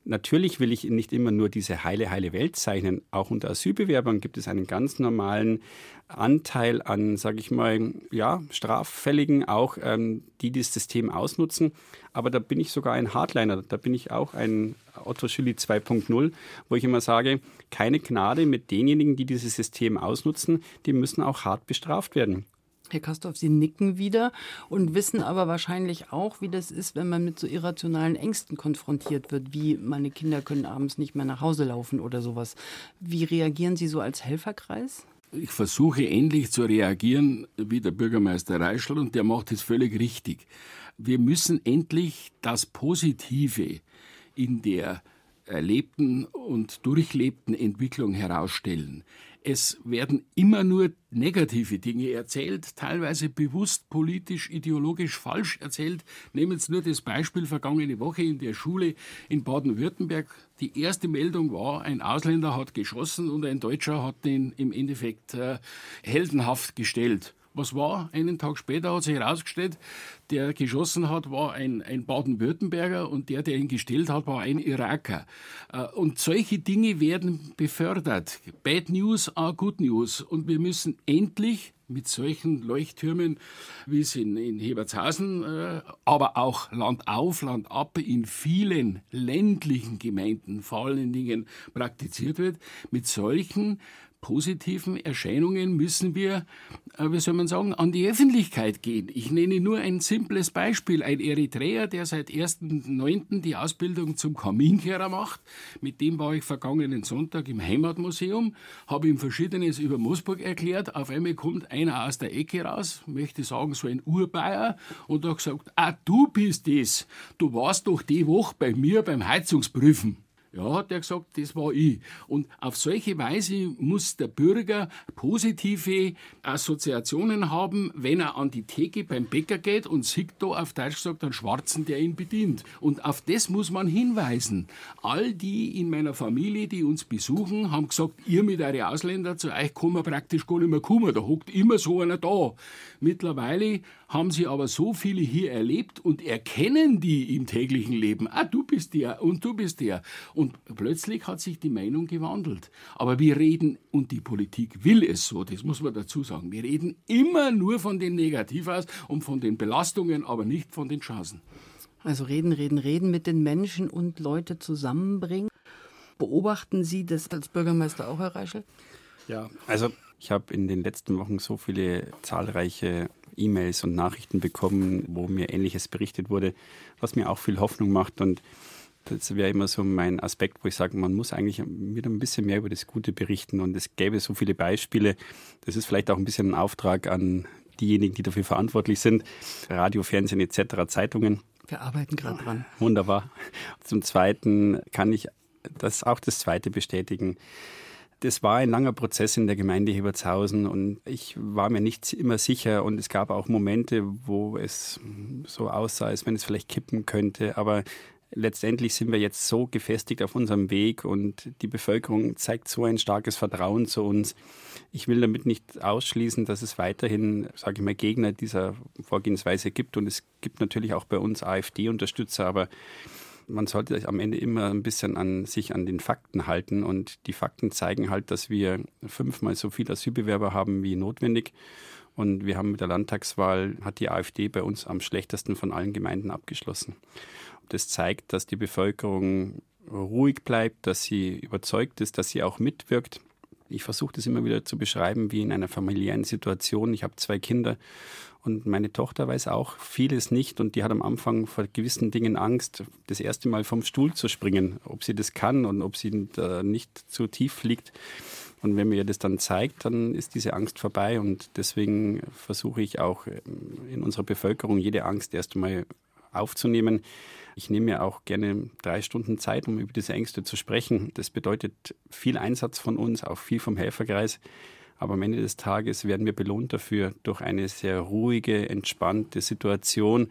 Natürlich will ich nicht immer nur diese heile Welt zeichnen. Auch unter Asylbewerbern gibt es einen ganz normalen Anteil an, sage ich mal, ja, Straffälligen, auch die das System ausnutzen. Aber da bin ich sogar ein Hardliner. Da bin ich auch ein Otto Schily 2.0, wo ich immer sage, keine Gnade mit denjenigen, die dieses System ausnutzen. Die müssen auch hart bestraft werden. Herr Kastorf, Sie nicken wieder und wissen aber wahrscheinlich auch, wie das ist, wenn man mit so irrationalen Ängsten konfrontiert wird, wie meine Kinder können abends nicht mehr nach Hause laufen oder sowas. Wie reagieren Sie so als Helferkreis? Ich versuche ähnlich zu reagieren wie der Bürgermeister Reischl und der macht es völlig richtig. Wir müssen endlich das Positive in der erlebten und durchlebten Entwicklung herausstellen. Es werden immer nur negative Dinge erzählt, teilweise bewusst politisch, ideologisch falsch erzählt. Nehmen Sie nur das Beispiel vergangene Woche in der Schule in Baden-Württemberg. Die erste Meldung war, ein Ausländer hat geschossen und ein Deutscher hat ihn im Endeffekt heldenhaft gestellt. Was war? Einen Tag später hat sich herausgestellt, der geschossen hat, war ein Baden-Württemberger und der ihn gestellt hat, war ein Iraker. Und solche Dinge werden befördert. Bad News are good news. Und wir müssen endlich mit solchen Leuchttürmen, wie es in Hebertshausen, aber auch Land auf, Land ab, in vielen ländlichen Gemeinden vor allen Dingen praktiziert wird, mit solchen positiven Erscheinungen müssen wir, wie soll man sagen, an die Öffentlichkeit gehen. Ich nenne nur ein simples Beispiel. Ein Eritreer, der seit 1.9. die Ausbildung zum Kaminkehrer macht. Mit dem war ich vergangenen Sonntag im Heimatmuseum, habe ihm Verschiedenes über Moosburg erklärt. Auf einmal kommt einer aus der Ecke raus, möchte sagen, so ein Urbayer, und hat gesagt, du bist das. Du warst doch die Woche bei mir beim Heizungsprüfen. Ja, hat er gesagt, das war ich. Und auf solche Weise muss der Bürger positive Assoziationen haben, wenn er an die Theke beim Bäcker geht und sieht da auf Deutsch gesagt einen Schwarzen, der ihn bedient. Und auf das muss man hinweisen. All die in meiner Familie, die uns besuchen, haben gesagt, ihr mit euren Ausländern, zu euch kann man praktisch gar nicht mehr kommen. Da hockt immer so einer da. Mittlerweile haben sie aber so viele hier erlebt und erkennen die im täglichen Leben. Du bist der und du bist der. Und plötzlich hat sich die Meinung gewandelt. Aber wir reden, und die Politik will es so, das muss man dazu sagen, wir reden immer nur von den Negativ aus und von den Belastungen, aber nicht von den Chancen. Also reden mit den Menschen und Leute zusammenbringen. Beobachten Sie das als Bürgermeister auch, Herr Reischl? Ja, also ich habe in den letzten Wochen so viele zahlreiche E-Mails und Nachrichten bekommen, wo mir Ähnliches berichtet wurde, was mir auch viel Hoffnung macht. Und das wäre immer so mein Aspekt, wo ich sage, man muss eigentlich wieder ein bisschen mehr über das Gute berichten. Und es gäbe so viele Beispiele. Das ist vielleicht auch ein bisschen ein Auftrag an diejenigen, die dafür verantwortlich sind. Radio, Fernsehen etc., Zeitungen. Wir arbeiten gerade dran. Wunderbar. Zum Zweiten kann ich das Zweite bestätigen. Das war ein langer Prozess in der Gemeinde Hebertshausen und ich war mir nicht immer sicher und es gab auch Momente, wo es so aussah, als wenn es vielleicht kippen könnte, aber letztendlich sind wir jetzt so gefestigt auf unserem Weg und die Bevölkerung zeigt so ein starkes Vertrauen zu uns. Ich will damit nicht ausschließen, dass es weiterhin, sage ich mal, Gegner dieser Vorgehensweise gibt und es gibt natürlich auch bei uns AfD-Unterstützer, aber man sollte sich am Ende immer ein bisschen sich an den Fakten halten und die Fakten zeigen halt, dass wir 5-mal so viele Asylbewerber haben wie notwendig und wir haben mit der Landtagswahl, hat die AfD bei uns am schlechtesten von allen Gemeinden abgeschlossen. Das zeigt, dass die Bevölkerung ruhig bleibt, dass sie überzeugt ist, dass sie auch mitwirkt. Ich versuche das immer wieder zu beschreiben wie in einer familiären Situation. Ich habe 2 Kinder und meine Tochter weiß auch vieles nicht und die hat am Anfang vor gewissen Dingen Angst, das erste Mal vom Stuhl zu springen, ob sie das kann und ob sie nicht zu tief fliegt. Und wenn mir ihr das dann zeigt, dann ist diese Angst vorbei und deswegen versuche ich auch in unserer Bevölkerung jede Angst erst einmal aufzunehmen. Ich nehme mir auch gerne 3 Stunden Zeit, um über diese Ängste zu sprechen. Das bedeutet viel Einsatz von uns, auch viel vom Helferkreis. Aber am Ende des Tages werden wir belohnt dafür durch eine sehr ruhige, entspannte Situation.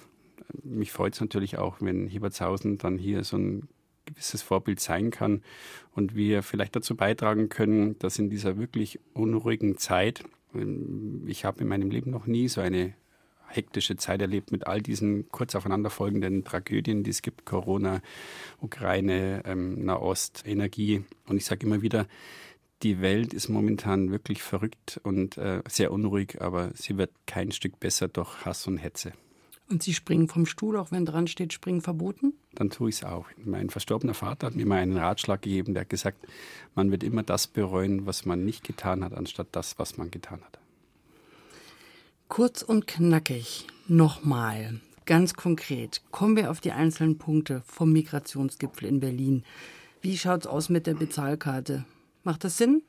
Mich freut es natürlich auch, wenn Hebertshausen dann hier so ein gewisses Vorbild sein kann und wir vielleicht dazu beitragen können, dass in dieser wirklich unruhigen Zeit, ich habe in meinem Leben noch nie so eine hektische Zeit erlebt mit all diesen kurz aufeinanderfolgenden Tragödien, die es gibt, Corona, Ukraine, Nahost, Energie. Und ich sage immer wieder, die Welt ist momentan wirklich verrückt und sehr unruhig, aber sie wird kein Stück besser durch Hass und Hetze. Und Sie springen vom Stuhl, auch wenn dran steht, springen verboten? Dann tue ich es auch. Mein verstorbener Vater hat mir mal einen Ratschlag gegeben, der hat gesagt, man wird immer das bereuen, was man nicht getan hat, anstatt das, was man getan hat. Kurz und knackig, nochmal, ganz konkret, kommen wir auf die einzelnen Punkte vom Migrationsgipfel in Berlin. Wie schaut es aus mit der Bezahlkarte? Macht das Sinn?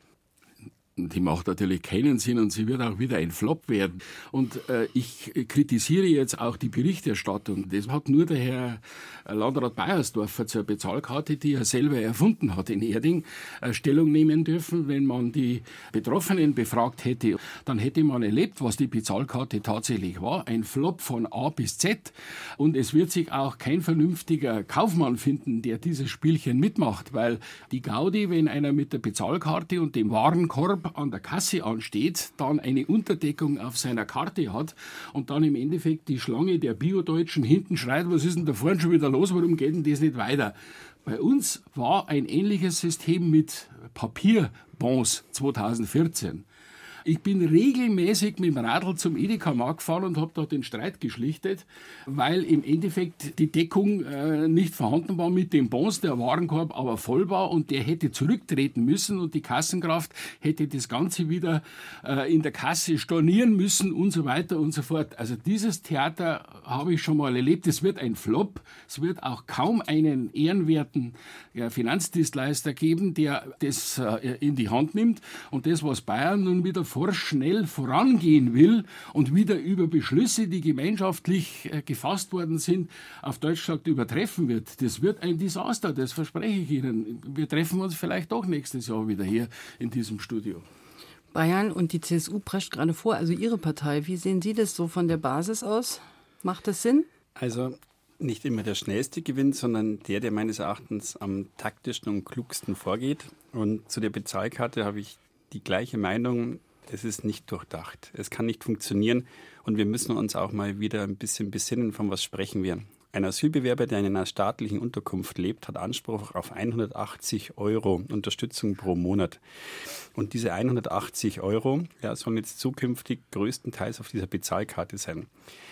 Die macht natürlich keinen Sinn und sie wird auch wieder ein Flop werden. Und ich kritisiere jetzt auch die Berichterstattung. Das hat nur der Herr Landrat Beiersdorfer zur Bezahlkarte, die er selber erfunden hat in Erding, Stellung nehmen dürfen. Wenn man die Betroffenen befragt hätte, dann hätte man erlebt, was die Bezahlkarte tatsächlich war. Ein Flop von A bis Z. Und es wird sich auch kein vernünftiger Kaufmann finden, der dieses Spielchen mitmacht. Weil die Gaudi, wenn einer mit der Bezahlkarte und dem Warenkorb an der Kasse ansteht, dann eine Unterdeckung auf seiner Karte hat und dann im Endeffekt die Schlange der Bio-Deutschen hinten schreit, was ist denn da vorne schon wieder los, warum geht denn das nicht weiter? Bei uns war ein ähnliches System mit Papierbons 2014. Ich bin regelmäßig mit dem Radl zum Edeka-Markt gefahren und habe da den Streit geschlichtet, weil im Endeffekt die Deckung nicht vorhanden war mit den Bons, der Warenkorb aber voll war und der hätte zurücktreten müssen und die Kassenkraft hätte das Ganze wieder in der Kasse stornieren müssen und so weiter und so fort. Also dieses Theater habe ich schon mal erlebt. Es wird ein Flop. Es wird auch kaum einen ehrenwerten Finanzdienstleister geben, der das in die Hand nimmt und das, was Bayern nun wieder schnell vorangehen will und wieder über Beschlüsse, die gemeinschaftlich gefasst worden sind, auf Deutsch gesagt übertreffen wird. Das wird ein Desaster, das verspreche ich Ihnen. Wir treffen uns vielleicht doch nächstes Jahr wieder hier in diesem Studio. Bayern und die CSU prescht gerade vor, also Ihre Partei. Wie sehen Sie das so von der Basis aus? Macht das Sinn? Also nicht immer der Schnellste gewinnt, sondern der meines Erachtens am taktischsten und klugsten vorgeht. Und zu der Bezahlkarte habe ich die gleiche Meinung. Es ist nicht durchdacht. Es kann nicht funktionieren und wir müssen uns auch mal wieder ein bisschen besinnen, von was sprechen wir. Ein Asylbewerber, der in einer staatlichen Unterkunft lebt, hat Anspruch auf 180 € Unterstützung pro Monat. Und diese 180 € sollen jetzt zukünftig größtenteils auf dieser Bezahlkarte sein.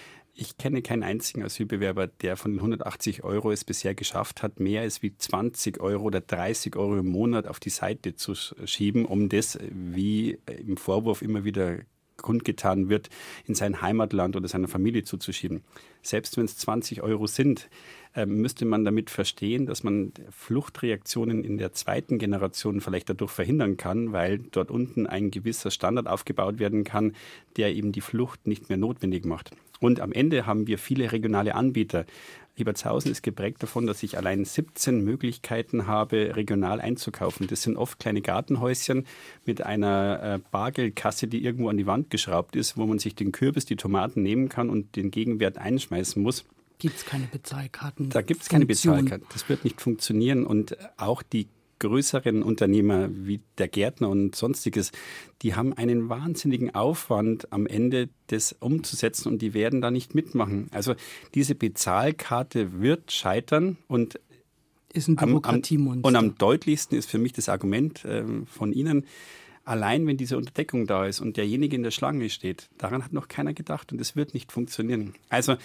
Ich kenne keinen einzigen Asylbewerber, der von den 180 € es bisher geschafft hat, mehr als wie 20 € oder 30 € im Monat auf die Seite zu schieben, um das, wie im Vorwurf immer wieder kundgetan wird, in sein Heimatland oder seiner Familie zuzuschieben. Selbst wenn es 20 € sind, müsste man damit verstehen, dass man Fluchtreaktionen in der zweiten Generation vielleicht dadurch verhindern kann, weil dort unten ein gewisser Standard aufgebaut werden kann, der eben die Flucht nicht mehr notwendig macht. Und am Ende haben wir viele regionale Anbieter. Ebertshausen ist geprägt davon, dass ich allein 17 Möglichkeiten habe, regional einzukaufen. Das sind oft kleine Gartenhäuschen mit einer Bargeldkasse, die irgendwo an die Wand geschraubt ist, wo man sich den Kürbis, die Tomaten nehmen kann und den Gegenwert einschmeißen muss. Gibt es keine Bezahlkarten? Da gibt es keine Bezahlkarten. Das wird nicht funktionieren. Und auch die größeren Unternehmer wie der Gärtner und Sonstiges, die haben einen wahnsinnigen Aufwand am Ende, das umzusetzen und die werden da nicht mitmachen. Also diese Bezahlkarte wird scheitern und ist ein Bürokratiemonster. Und am deutlichsten ist für mich das Argument von Ihnen, allein wenn diese Unterdeckung da ist und derjenige in der Schlange steht, daran hat noch keiner gedacht und es wird nicht funktionieren. Also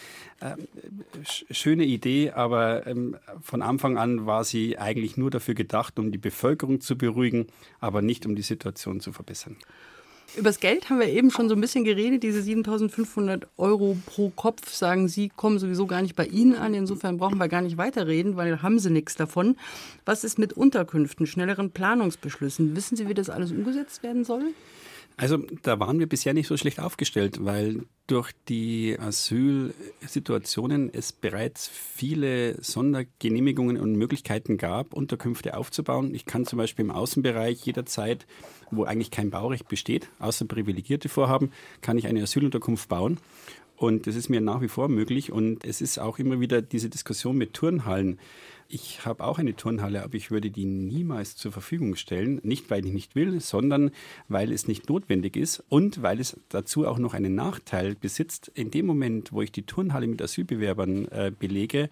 schöne Idee, aber von Anfang an war sie eigentlich nur dafür gedacht, um die Bevölkerung zu beruhigen, aber nicht um die Situation zu verbessern. Über das Geld haben wir eben schon so ein bisschen geredet. Diese 7.500 € pro Kopf, sagen Sie, kommen sowieso gar nicht bei Ihnen an. Insofern brauchen wir gar nicht weiterreden, weil haben Sie nichts davon. Was ist mit Unterkünften, schnelleren Planungsbeschlüssen? Wissen Sie, wie das alles umgesetzt werden soll? Also da waren wir bisher nicht so schlecht aufgestellt, weil durch die Asylsituationen es bereits viele Sondergenehmigungen und Möglichkeiten gab, Unterkünfte aufzubauen. Ich kann zum Beispiel im Außenbereich jederzeit, wo eigentlich kein Baurecht besteht, außer privilegierte Vorhaben, kann ich eine Asylunterkunft bauen. Und das ist mir nach wie vor möglich. Und es ist auch immer wieder diese Diskussion mit Turnhallen. Ich habe auch eine Turnhalle, aber ich würde die niemals zur Verfügung stellen. Nicht, weil ich nicht will, sondern weil es nicht notwendig ist und weil es dazu auch noch einen Nachteil besitzt. In dem Moment, wo ich die Turnhalle mit Asylbewerbern belege,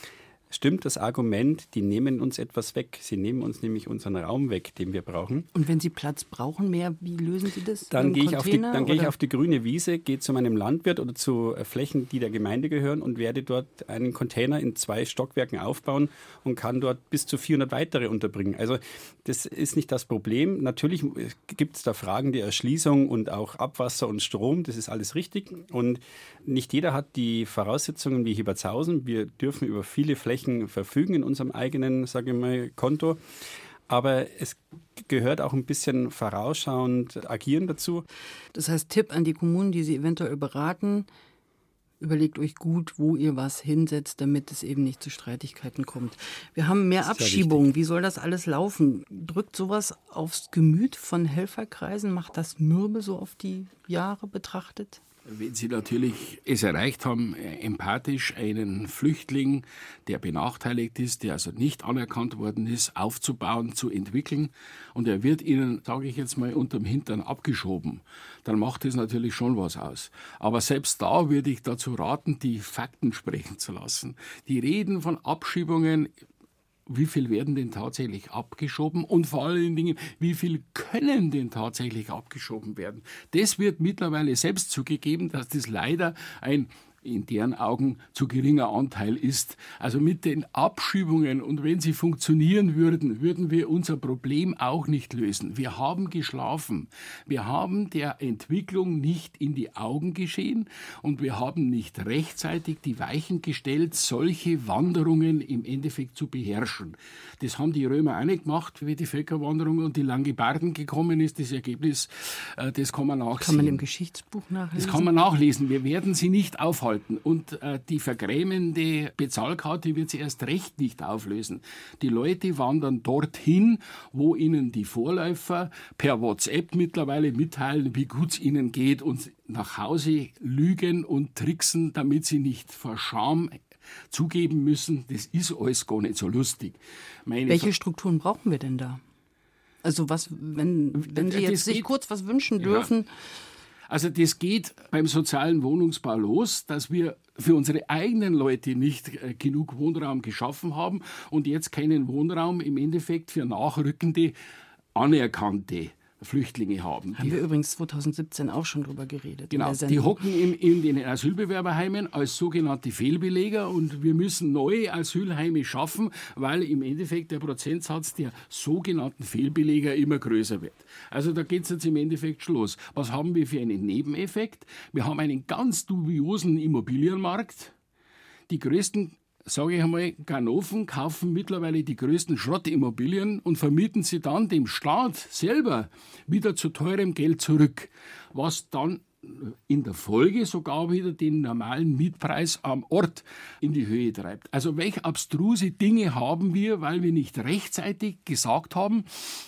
stimmt das Argument, die nehmen uns etwas weg. Sie nehmen uns nämlich unseren Raum weg, den wir brauchen. Und wenn Sie Platz brauchen mehr, wie lösen Sie das? Dann gehe ich auf die grüne Wiese, gehe zu meinem Landwirt oder zu Flächen, die der Gemeinde gehören und werde dort einen Container in 2 Stockwerken aufbauen und kann dort bis zu 400 weitere unterbringen. Also das ist nicht das Problem. Natürlich gibt es da Fragen der Erschließung und auch Abwasser und Strom. Das ist alles richtig. Und nicht jeder hat die Voraussetzungen wie Hiebertshausen. Wir dürfen über viele Flächen verfügen in unserem eigenen, sage ich mal, Konto. Aber es gehört auch ein bisschen vorausschauend agieren dazu. Das heißt, Tipp an die Kommunen, die Sie eventuell beraten, überlegt euch gut, wo ihr was hinsetzt, damit es eben nicht zu Streitigkeiten kommt. Wir haben mehr Abschiebungen. Wie soll das alles laufen? Drückt sowas aufs Gemüt von Helferkreisen? Macht das mürbe so auf die Jahre betrachtet? Wenn Sie natürlich es erreicht haben, empathisch einen Flüchtling, der benachteiligt ist, der also nicht anerkannt worden ist, aufzubauen, zu entwickeln und er wird Ihnen, sage ich jetzt mal, unterm Hintern abgeschoben, dann macht das natürlich schon was aus. Aber selbst da würde ich dazu raten, die Fakten sprechen zu lassen. Die Reden von Abschiebungen, wie viel werden denn tatsächlich abgeschoben und vor allen Dingen, wie viel können denn tatsächlich abgeschoben werden? Das wird mittlerweile selbst zugegeben, dass das leider ein in deren Augen zu geringer Anteil ist. Also mit den Abschiebungen und wenn sie funktionieren würden, würden wir unser Problem auch nicht lösen. Wir haben geschlafen. Wir haben der Entwicklung nicht in die Augen gesehen und wir haben nicht rechtzeitig die Weichen gestellt, solche Wanderungen im Endeffekt zu beherrschen. Das haben die Römer auch nicht gemacht, wie die Völkerwanderung und die Langobarden gekommen ist. Das Ergebnis, das kann man nachsehen. Kann man im Geschichtsbuch nachlesen? Das kann man nachlesen. Wir werden sie nicht aufhalten. Und die vergrämende Bezahlkarte wird sie erst recht nicht auflösen. Die Leute wandern dorthin, wo ihnen die Vorläufer per WhatsApp mittlerweile mitteilen, wie gut es ihnen geht und nach Hause lügen und tricksen, damit sie nicht vor Scham zugeben müssen, das ist alles gar nicht so lustig. Welche Strukturen brauchen wir denn da? Also was, wenn Sie jetzt sich kurz was wünschen dürfen... Ja. Also das geht beim sozialen Wohnungsbau los, dass wir für unsere eigenen Leute nicht genug Wohnraum geschaffen haben und jetzt keinen Wohnraum im Endeffekt für nachrückende, anerkannte Flüchtlinge haben. Haben wir übrigens 2017 auch schon drüber geredet. Genau, die hocken in den Asylbewerberheimen als sogenannte Fehlbeleger und wir müssen neue Asylheime schaffen, weil im Endeffekt der Prozentsatz der sogenannten Fehlbeleger immer größer wird. Also da geht es jetzt im Endeffekt schon los. Was haben wir für einen Nebeneffekt? Wir haben einen ganz dubiosen Immobilienmarkt. Die größten, sage ich einmal, Ganoven kaufen mittlerweile die größten Schrottimmobilien und vermieten sie dann dem Staat selber wieder zu teurem Geld zurück, was dann in der Folge sogar wieder den normalen Mietpreis am Ort in die Höhe treibt. Also welche abstruse Dinge haben wir, weil wir nicht rechtzeitig gesagt haben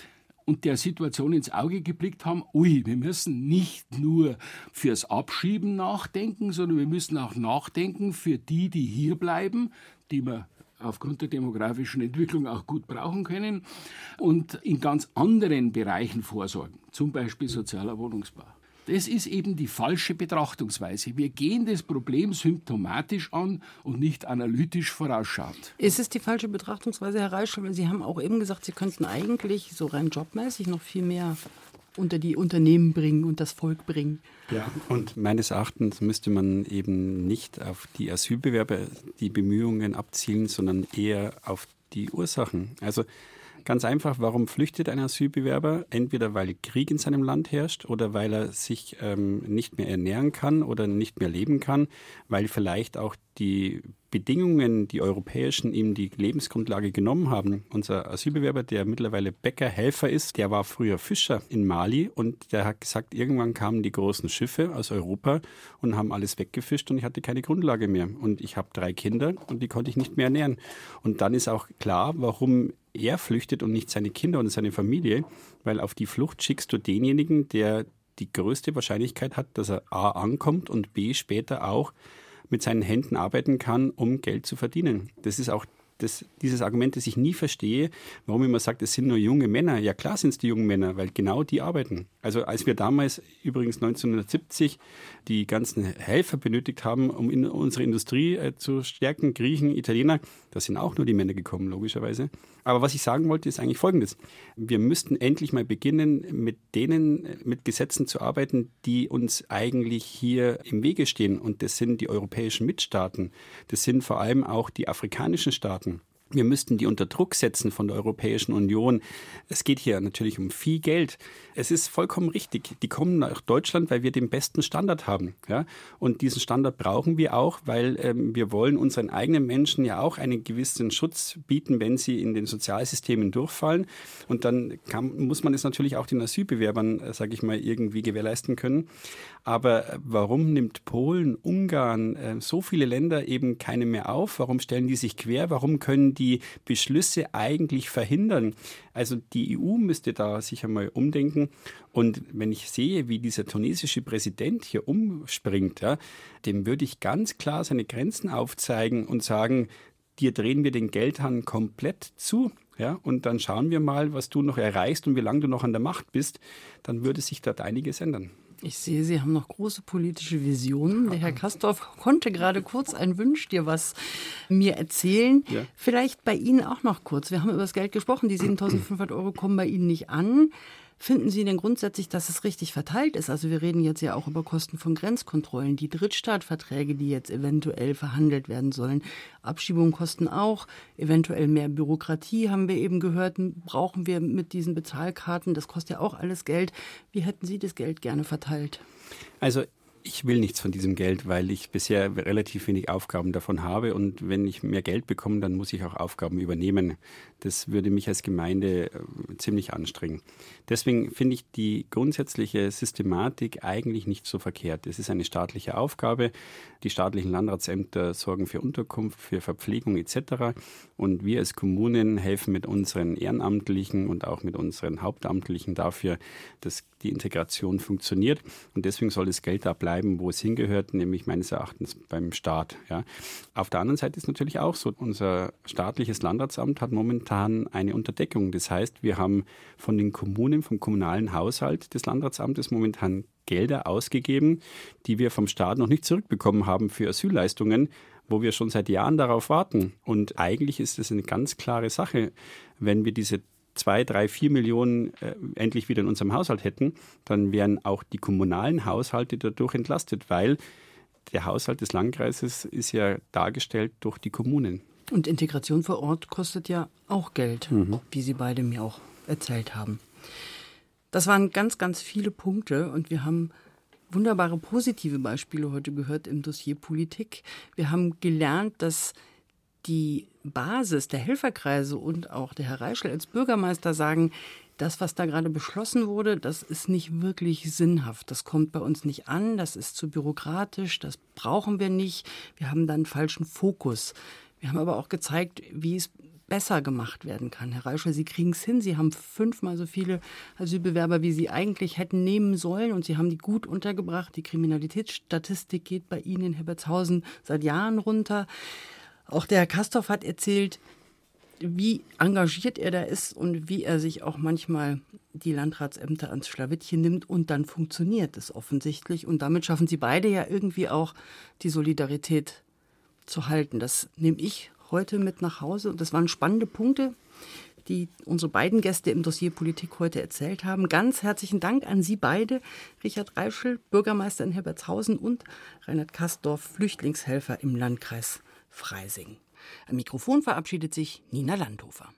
und der Situation ins Auge geblickt haben, wir müssen nicht nur fürs Abschieben nachdenken, sondern wir müssen auch nachdenken für die hier bleiben, die wir aufgrund der demografischen Entwicklung auch gut brauchen können und in ganz anderen Bereichen vorsorgen, zum Beispiel sozialer Wohnungsbau. Das ist eben die falsche Betrachtungsweise. Wir gehen das Problem symptomatisch an und nicht analytisch vorausschauend. Ist es die falsche Betrachtungsweise, Herr Reischl? Weil Sie haben auch eben gesagt, Sie könnten eigentlich so rein jobmäßig noch viel mehr unter die Unternehmen bringen und das Volk bringen. Ja, und meines Erachtens müsste man eben nicht auf die Asylbewerber die Bemühungen abzielen, sondern eher auf die Ursachen. Also ganz einfach, warum flüchtet ein Asylbewerber? Entweder weil Krieg in seinem Land herrscht oder weil er sich nicht mehr ernähren kann oder nicht mehr leben kann, weil vielleicht auch die Bedingungen, die europäischen, ihm die Lebensgrundlage genommen haben. Unser Asylbewerber, der mittlerweile Bäcker, Helfer ist, der war früher Fischer in Mali und der hat gesagt, irgendwann kamen die großen Schiffe aus Europa und haben alles weggefischt und ich hatte keine Grundlage mehr. Und ich habe 3 Kinder und die konnte ich nicht mehr ernähren. Und dann ist auch klar, warum er flüchtet und nicht seine Kinder und seine Familie, weil auf die Flucht schickst du denjenigen, der die größte Wahrscheinlichkeit hat, dass er A ankommt und B später auch mit seinen Händen arbeiten kann, um Geld zu verdienen. Das ist auch dieses Argument, das ich nie verstehe, warum immer sagt, es sind nur junge Männer. Ja klar sind es die jungen Männer, weil genau die arbeiten. Also als wir damals übrigens 1970 die ganzen Helfer benötigt haben, um in unsere Industrie zu stärken, Griechen, Italiener, da sind auch nur die Männer gekommen, logischerweise. Aber was ich sagen wollte, ist eigentlich Folgendes. Wir müssten endlich mal beginnen, mit Gesetzen zu arbeiten, die uns eigentlich hier im Wege stehen. Und das sind die europäischen Mitstaaten. Das sind vor allem auch die afrikanischen Staaten. Wir müssten die unter Druck setzen von der Europäischen Union. Es geht hier natürlich um viel Geld. Es ist vollkommen richtig. Die kommen nach Deutschland, weil wir den besten Standard haben. Ja? Und diesen Standard brauchen wir auch, weil wir wollen unseren eigenen Menschen ja auch einen gewissen Schutz bieten, wenn sie in den Sozialsystemen durchfallen. Und dann muss man es natürlich auch den Asylbewerbern, sage ich mal, irgendwie gewährleisten können. Aber warum nimmt Polen, Ungarn, so viele Länder eben keine mehr auf? Warum stellen die sich quer? Warum können die Beschlüsse eigentlich verhindern? Also die EU müsste da sich einmal umdenken. Und wenn ich sehe, wie dieser tunesische Präsident hier umspringt, ja, dem würde ich ganz klar seine Grenzen aufzeigen und sagen, dir drehen wir den Geldhahn komplett zu. Ja, und dann schauen wir mal, was du noch erreichst und wie lange du noch an der Macht bist. Dann würde sich dort einiges ändern. Ich sehe, Sie haben noch große politische Visionen. Der Herr Kastorf konnte gerade kurz ein Wünsch dir was mir erzählen. Ja. Vielleicht bei Ihnen auch noch kurz. Wir haben über das Geld gesprochen. Die 7.500 € kommen bei Ihnen nicht an. Finden Sie denn grundsätzlich, dass es richtig verteilt ist? Also wir reden jetzt ja auch über Kosten von Grenzkontrollen, die Drittstaatverträge, die jetzt eventuell verhandelt werden sollen. Abschiebungen kosten auch, eventuell mehr Bürokratie, haben wir eben gehört, brauchen wir mit diesen Bezahlkarten. Das kostet ja auch alles Geld. Wie hätten Sie das Geld gerne verteilt? Also ich will nichts von diesem Geld, weil ich bisher relativ wenig Aufgaben davon habe. Und wenn ich mehr Geld bekomme, dann muss ich auch Aufgaben übernehmen. Das würde mich als Gemeinde ziemlich anstrengen. Deswegen finde ich die grundsätzliche Systematik eigentlich nicht so verkehrt. Es ist eine staatliche Aufgabe. Die staatlichen Landratsämter sorgen für Unterkunft, für Verpflegung etc. Und wir als Kommunen helfen mit unseren Ehrenamtlichen und auch mit unseren Hauptamtlichen dafür, dass die Integration funktioniert. Und deswegen soll das Geld da bleiben, wo es hingehört, nämlich meines Erachtens beim Staat. Ja. Auf der anderen Seite ist natürlich auch so, unser staatliches Landratsamt hat momentan eine Unterdeckung. Das heißt, wir haben von den Kommunen, vom kommunalen Haushalt des Landratsamtes momentan Gelder ausgegeben, die wir vom Staat noch nicht zurückbekommen haben für Asylleistungen, wo wir schon seit Jahren darauf warten. Und eigentlich ist es eine ganz klare Sache, wenn wir diese 2, 3, 4 Millionen endlich wieder in unserem Haushalt hätten, dann wären auch die kommunalen Haushalte dadurch entlastet, weil der Haushalt des Landkreises ist ja dargestellt durch die Kommunen. Und Integration vor Ort kostet ja auch Geld, wie Sie beide mir auch erzählt haben. Das waren ganz, ganz viele Punkte und wir haben wunderbare positive Beispiele heute gehört im Dossier Politik. Wir haben gelernt, dass die Basis der Helferkreise und auch der Herr Reischl als Bürgermeister sagen, das, was da gerade beschlossen wurde, das ist nicht wirklich sinnhaft. Das kommt bei uns nicht an, das ist zu bürokratisch, das brauchen wir nicht. Wir haben da einen falschen Fokus. Wir haben aber auch gezeigt, wie es besser gemacht werden kann. Herr Reischl, Sie kriegen es hin. Sie haben 5-mal so viele Asylbewerber, wie Sie eigentlich hätten nehmen sollen. Und Sie haben die gut untergebracht. Die Kriminalitätsstatistik geht bei Ihnen in Herbertshausen seit Jahren runter. Auch der Herr Kastorf hat erzählt, wie engagiert er da ist und wie er sich auch manchmal die Landratsämter ans Schlawittchen nimmt. Und dann funktioniert es offensichtlich. Und damit schaffen Sie beide ja irgendwie auch die Solidarität zu halten. Das nehme ich heute mit nach Hause. Und das waren spannende Punkte, die unsere beiden Gäste im Dossier Politik heute erzählt haben. Ganz herzlichen Dank an Sie beide, Richard Reischl, Bürgermeister in Herbertshausen, und Reinhard Kastorf, Flüchtlingshelfer im Landkreis Freising. Am Mikrofon verabschiedet sich Nina Landhofer.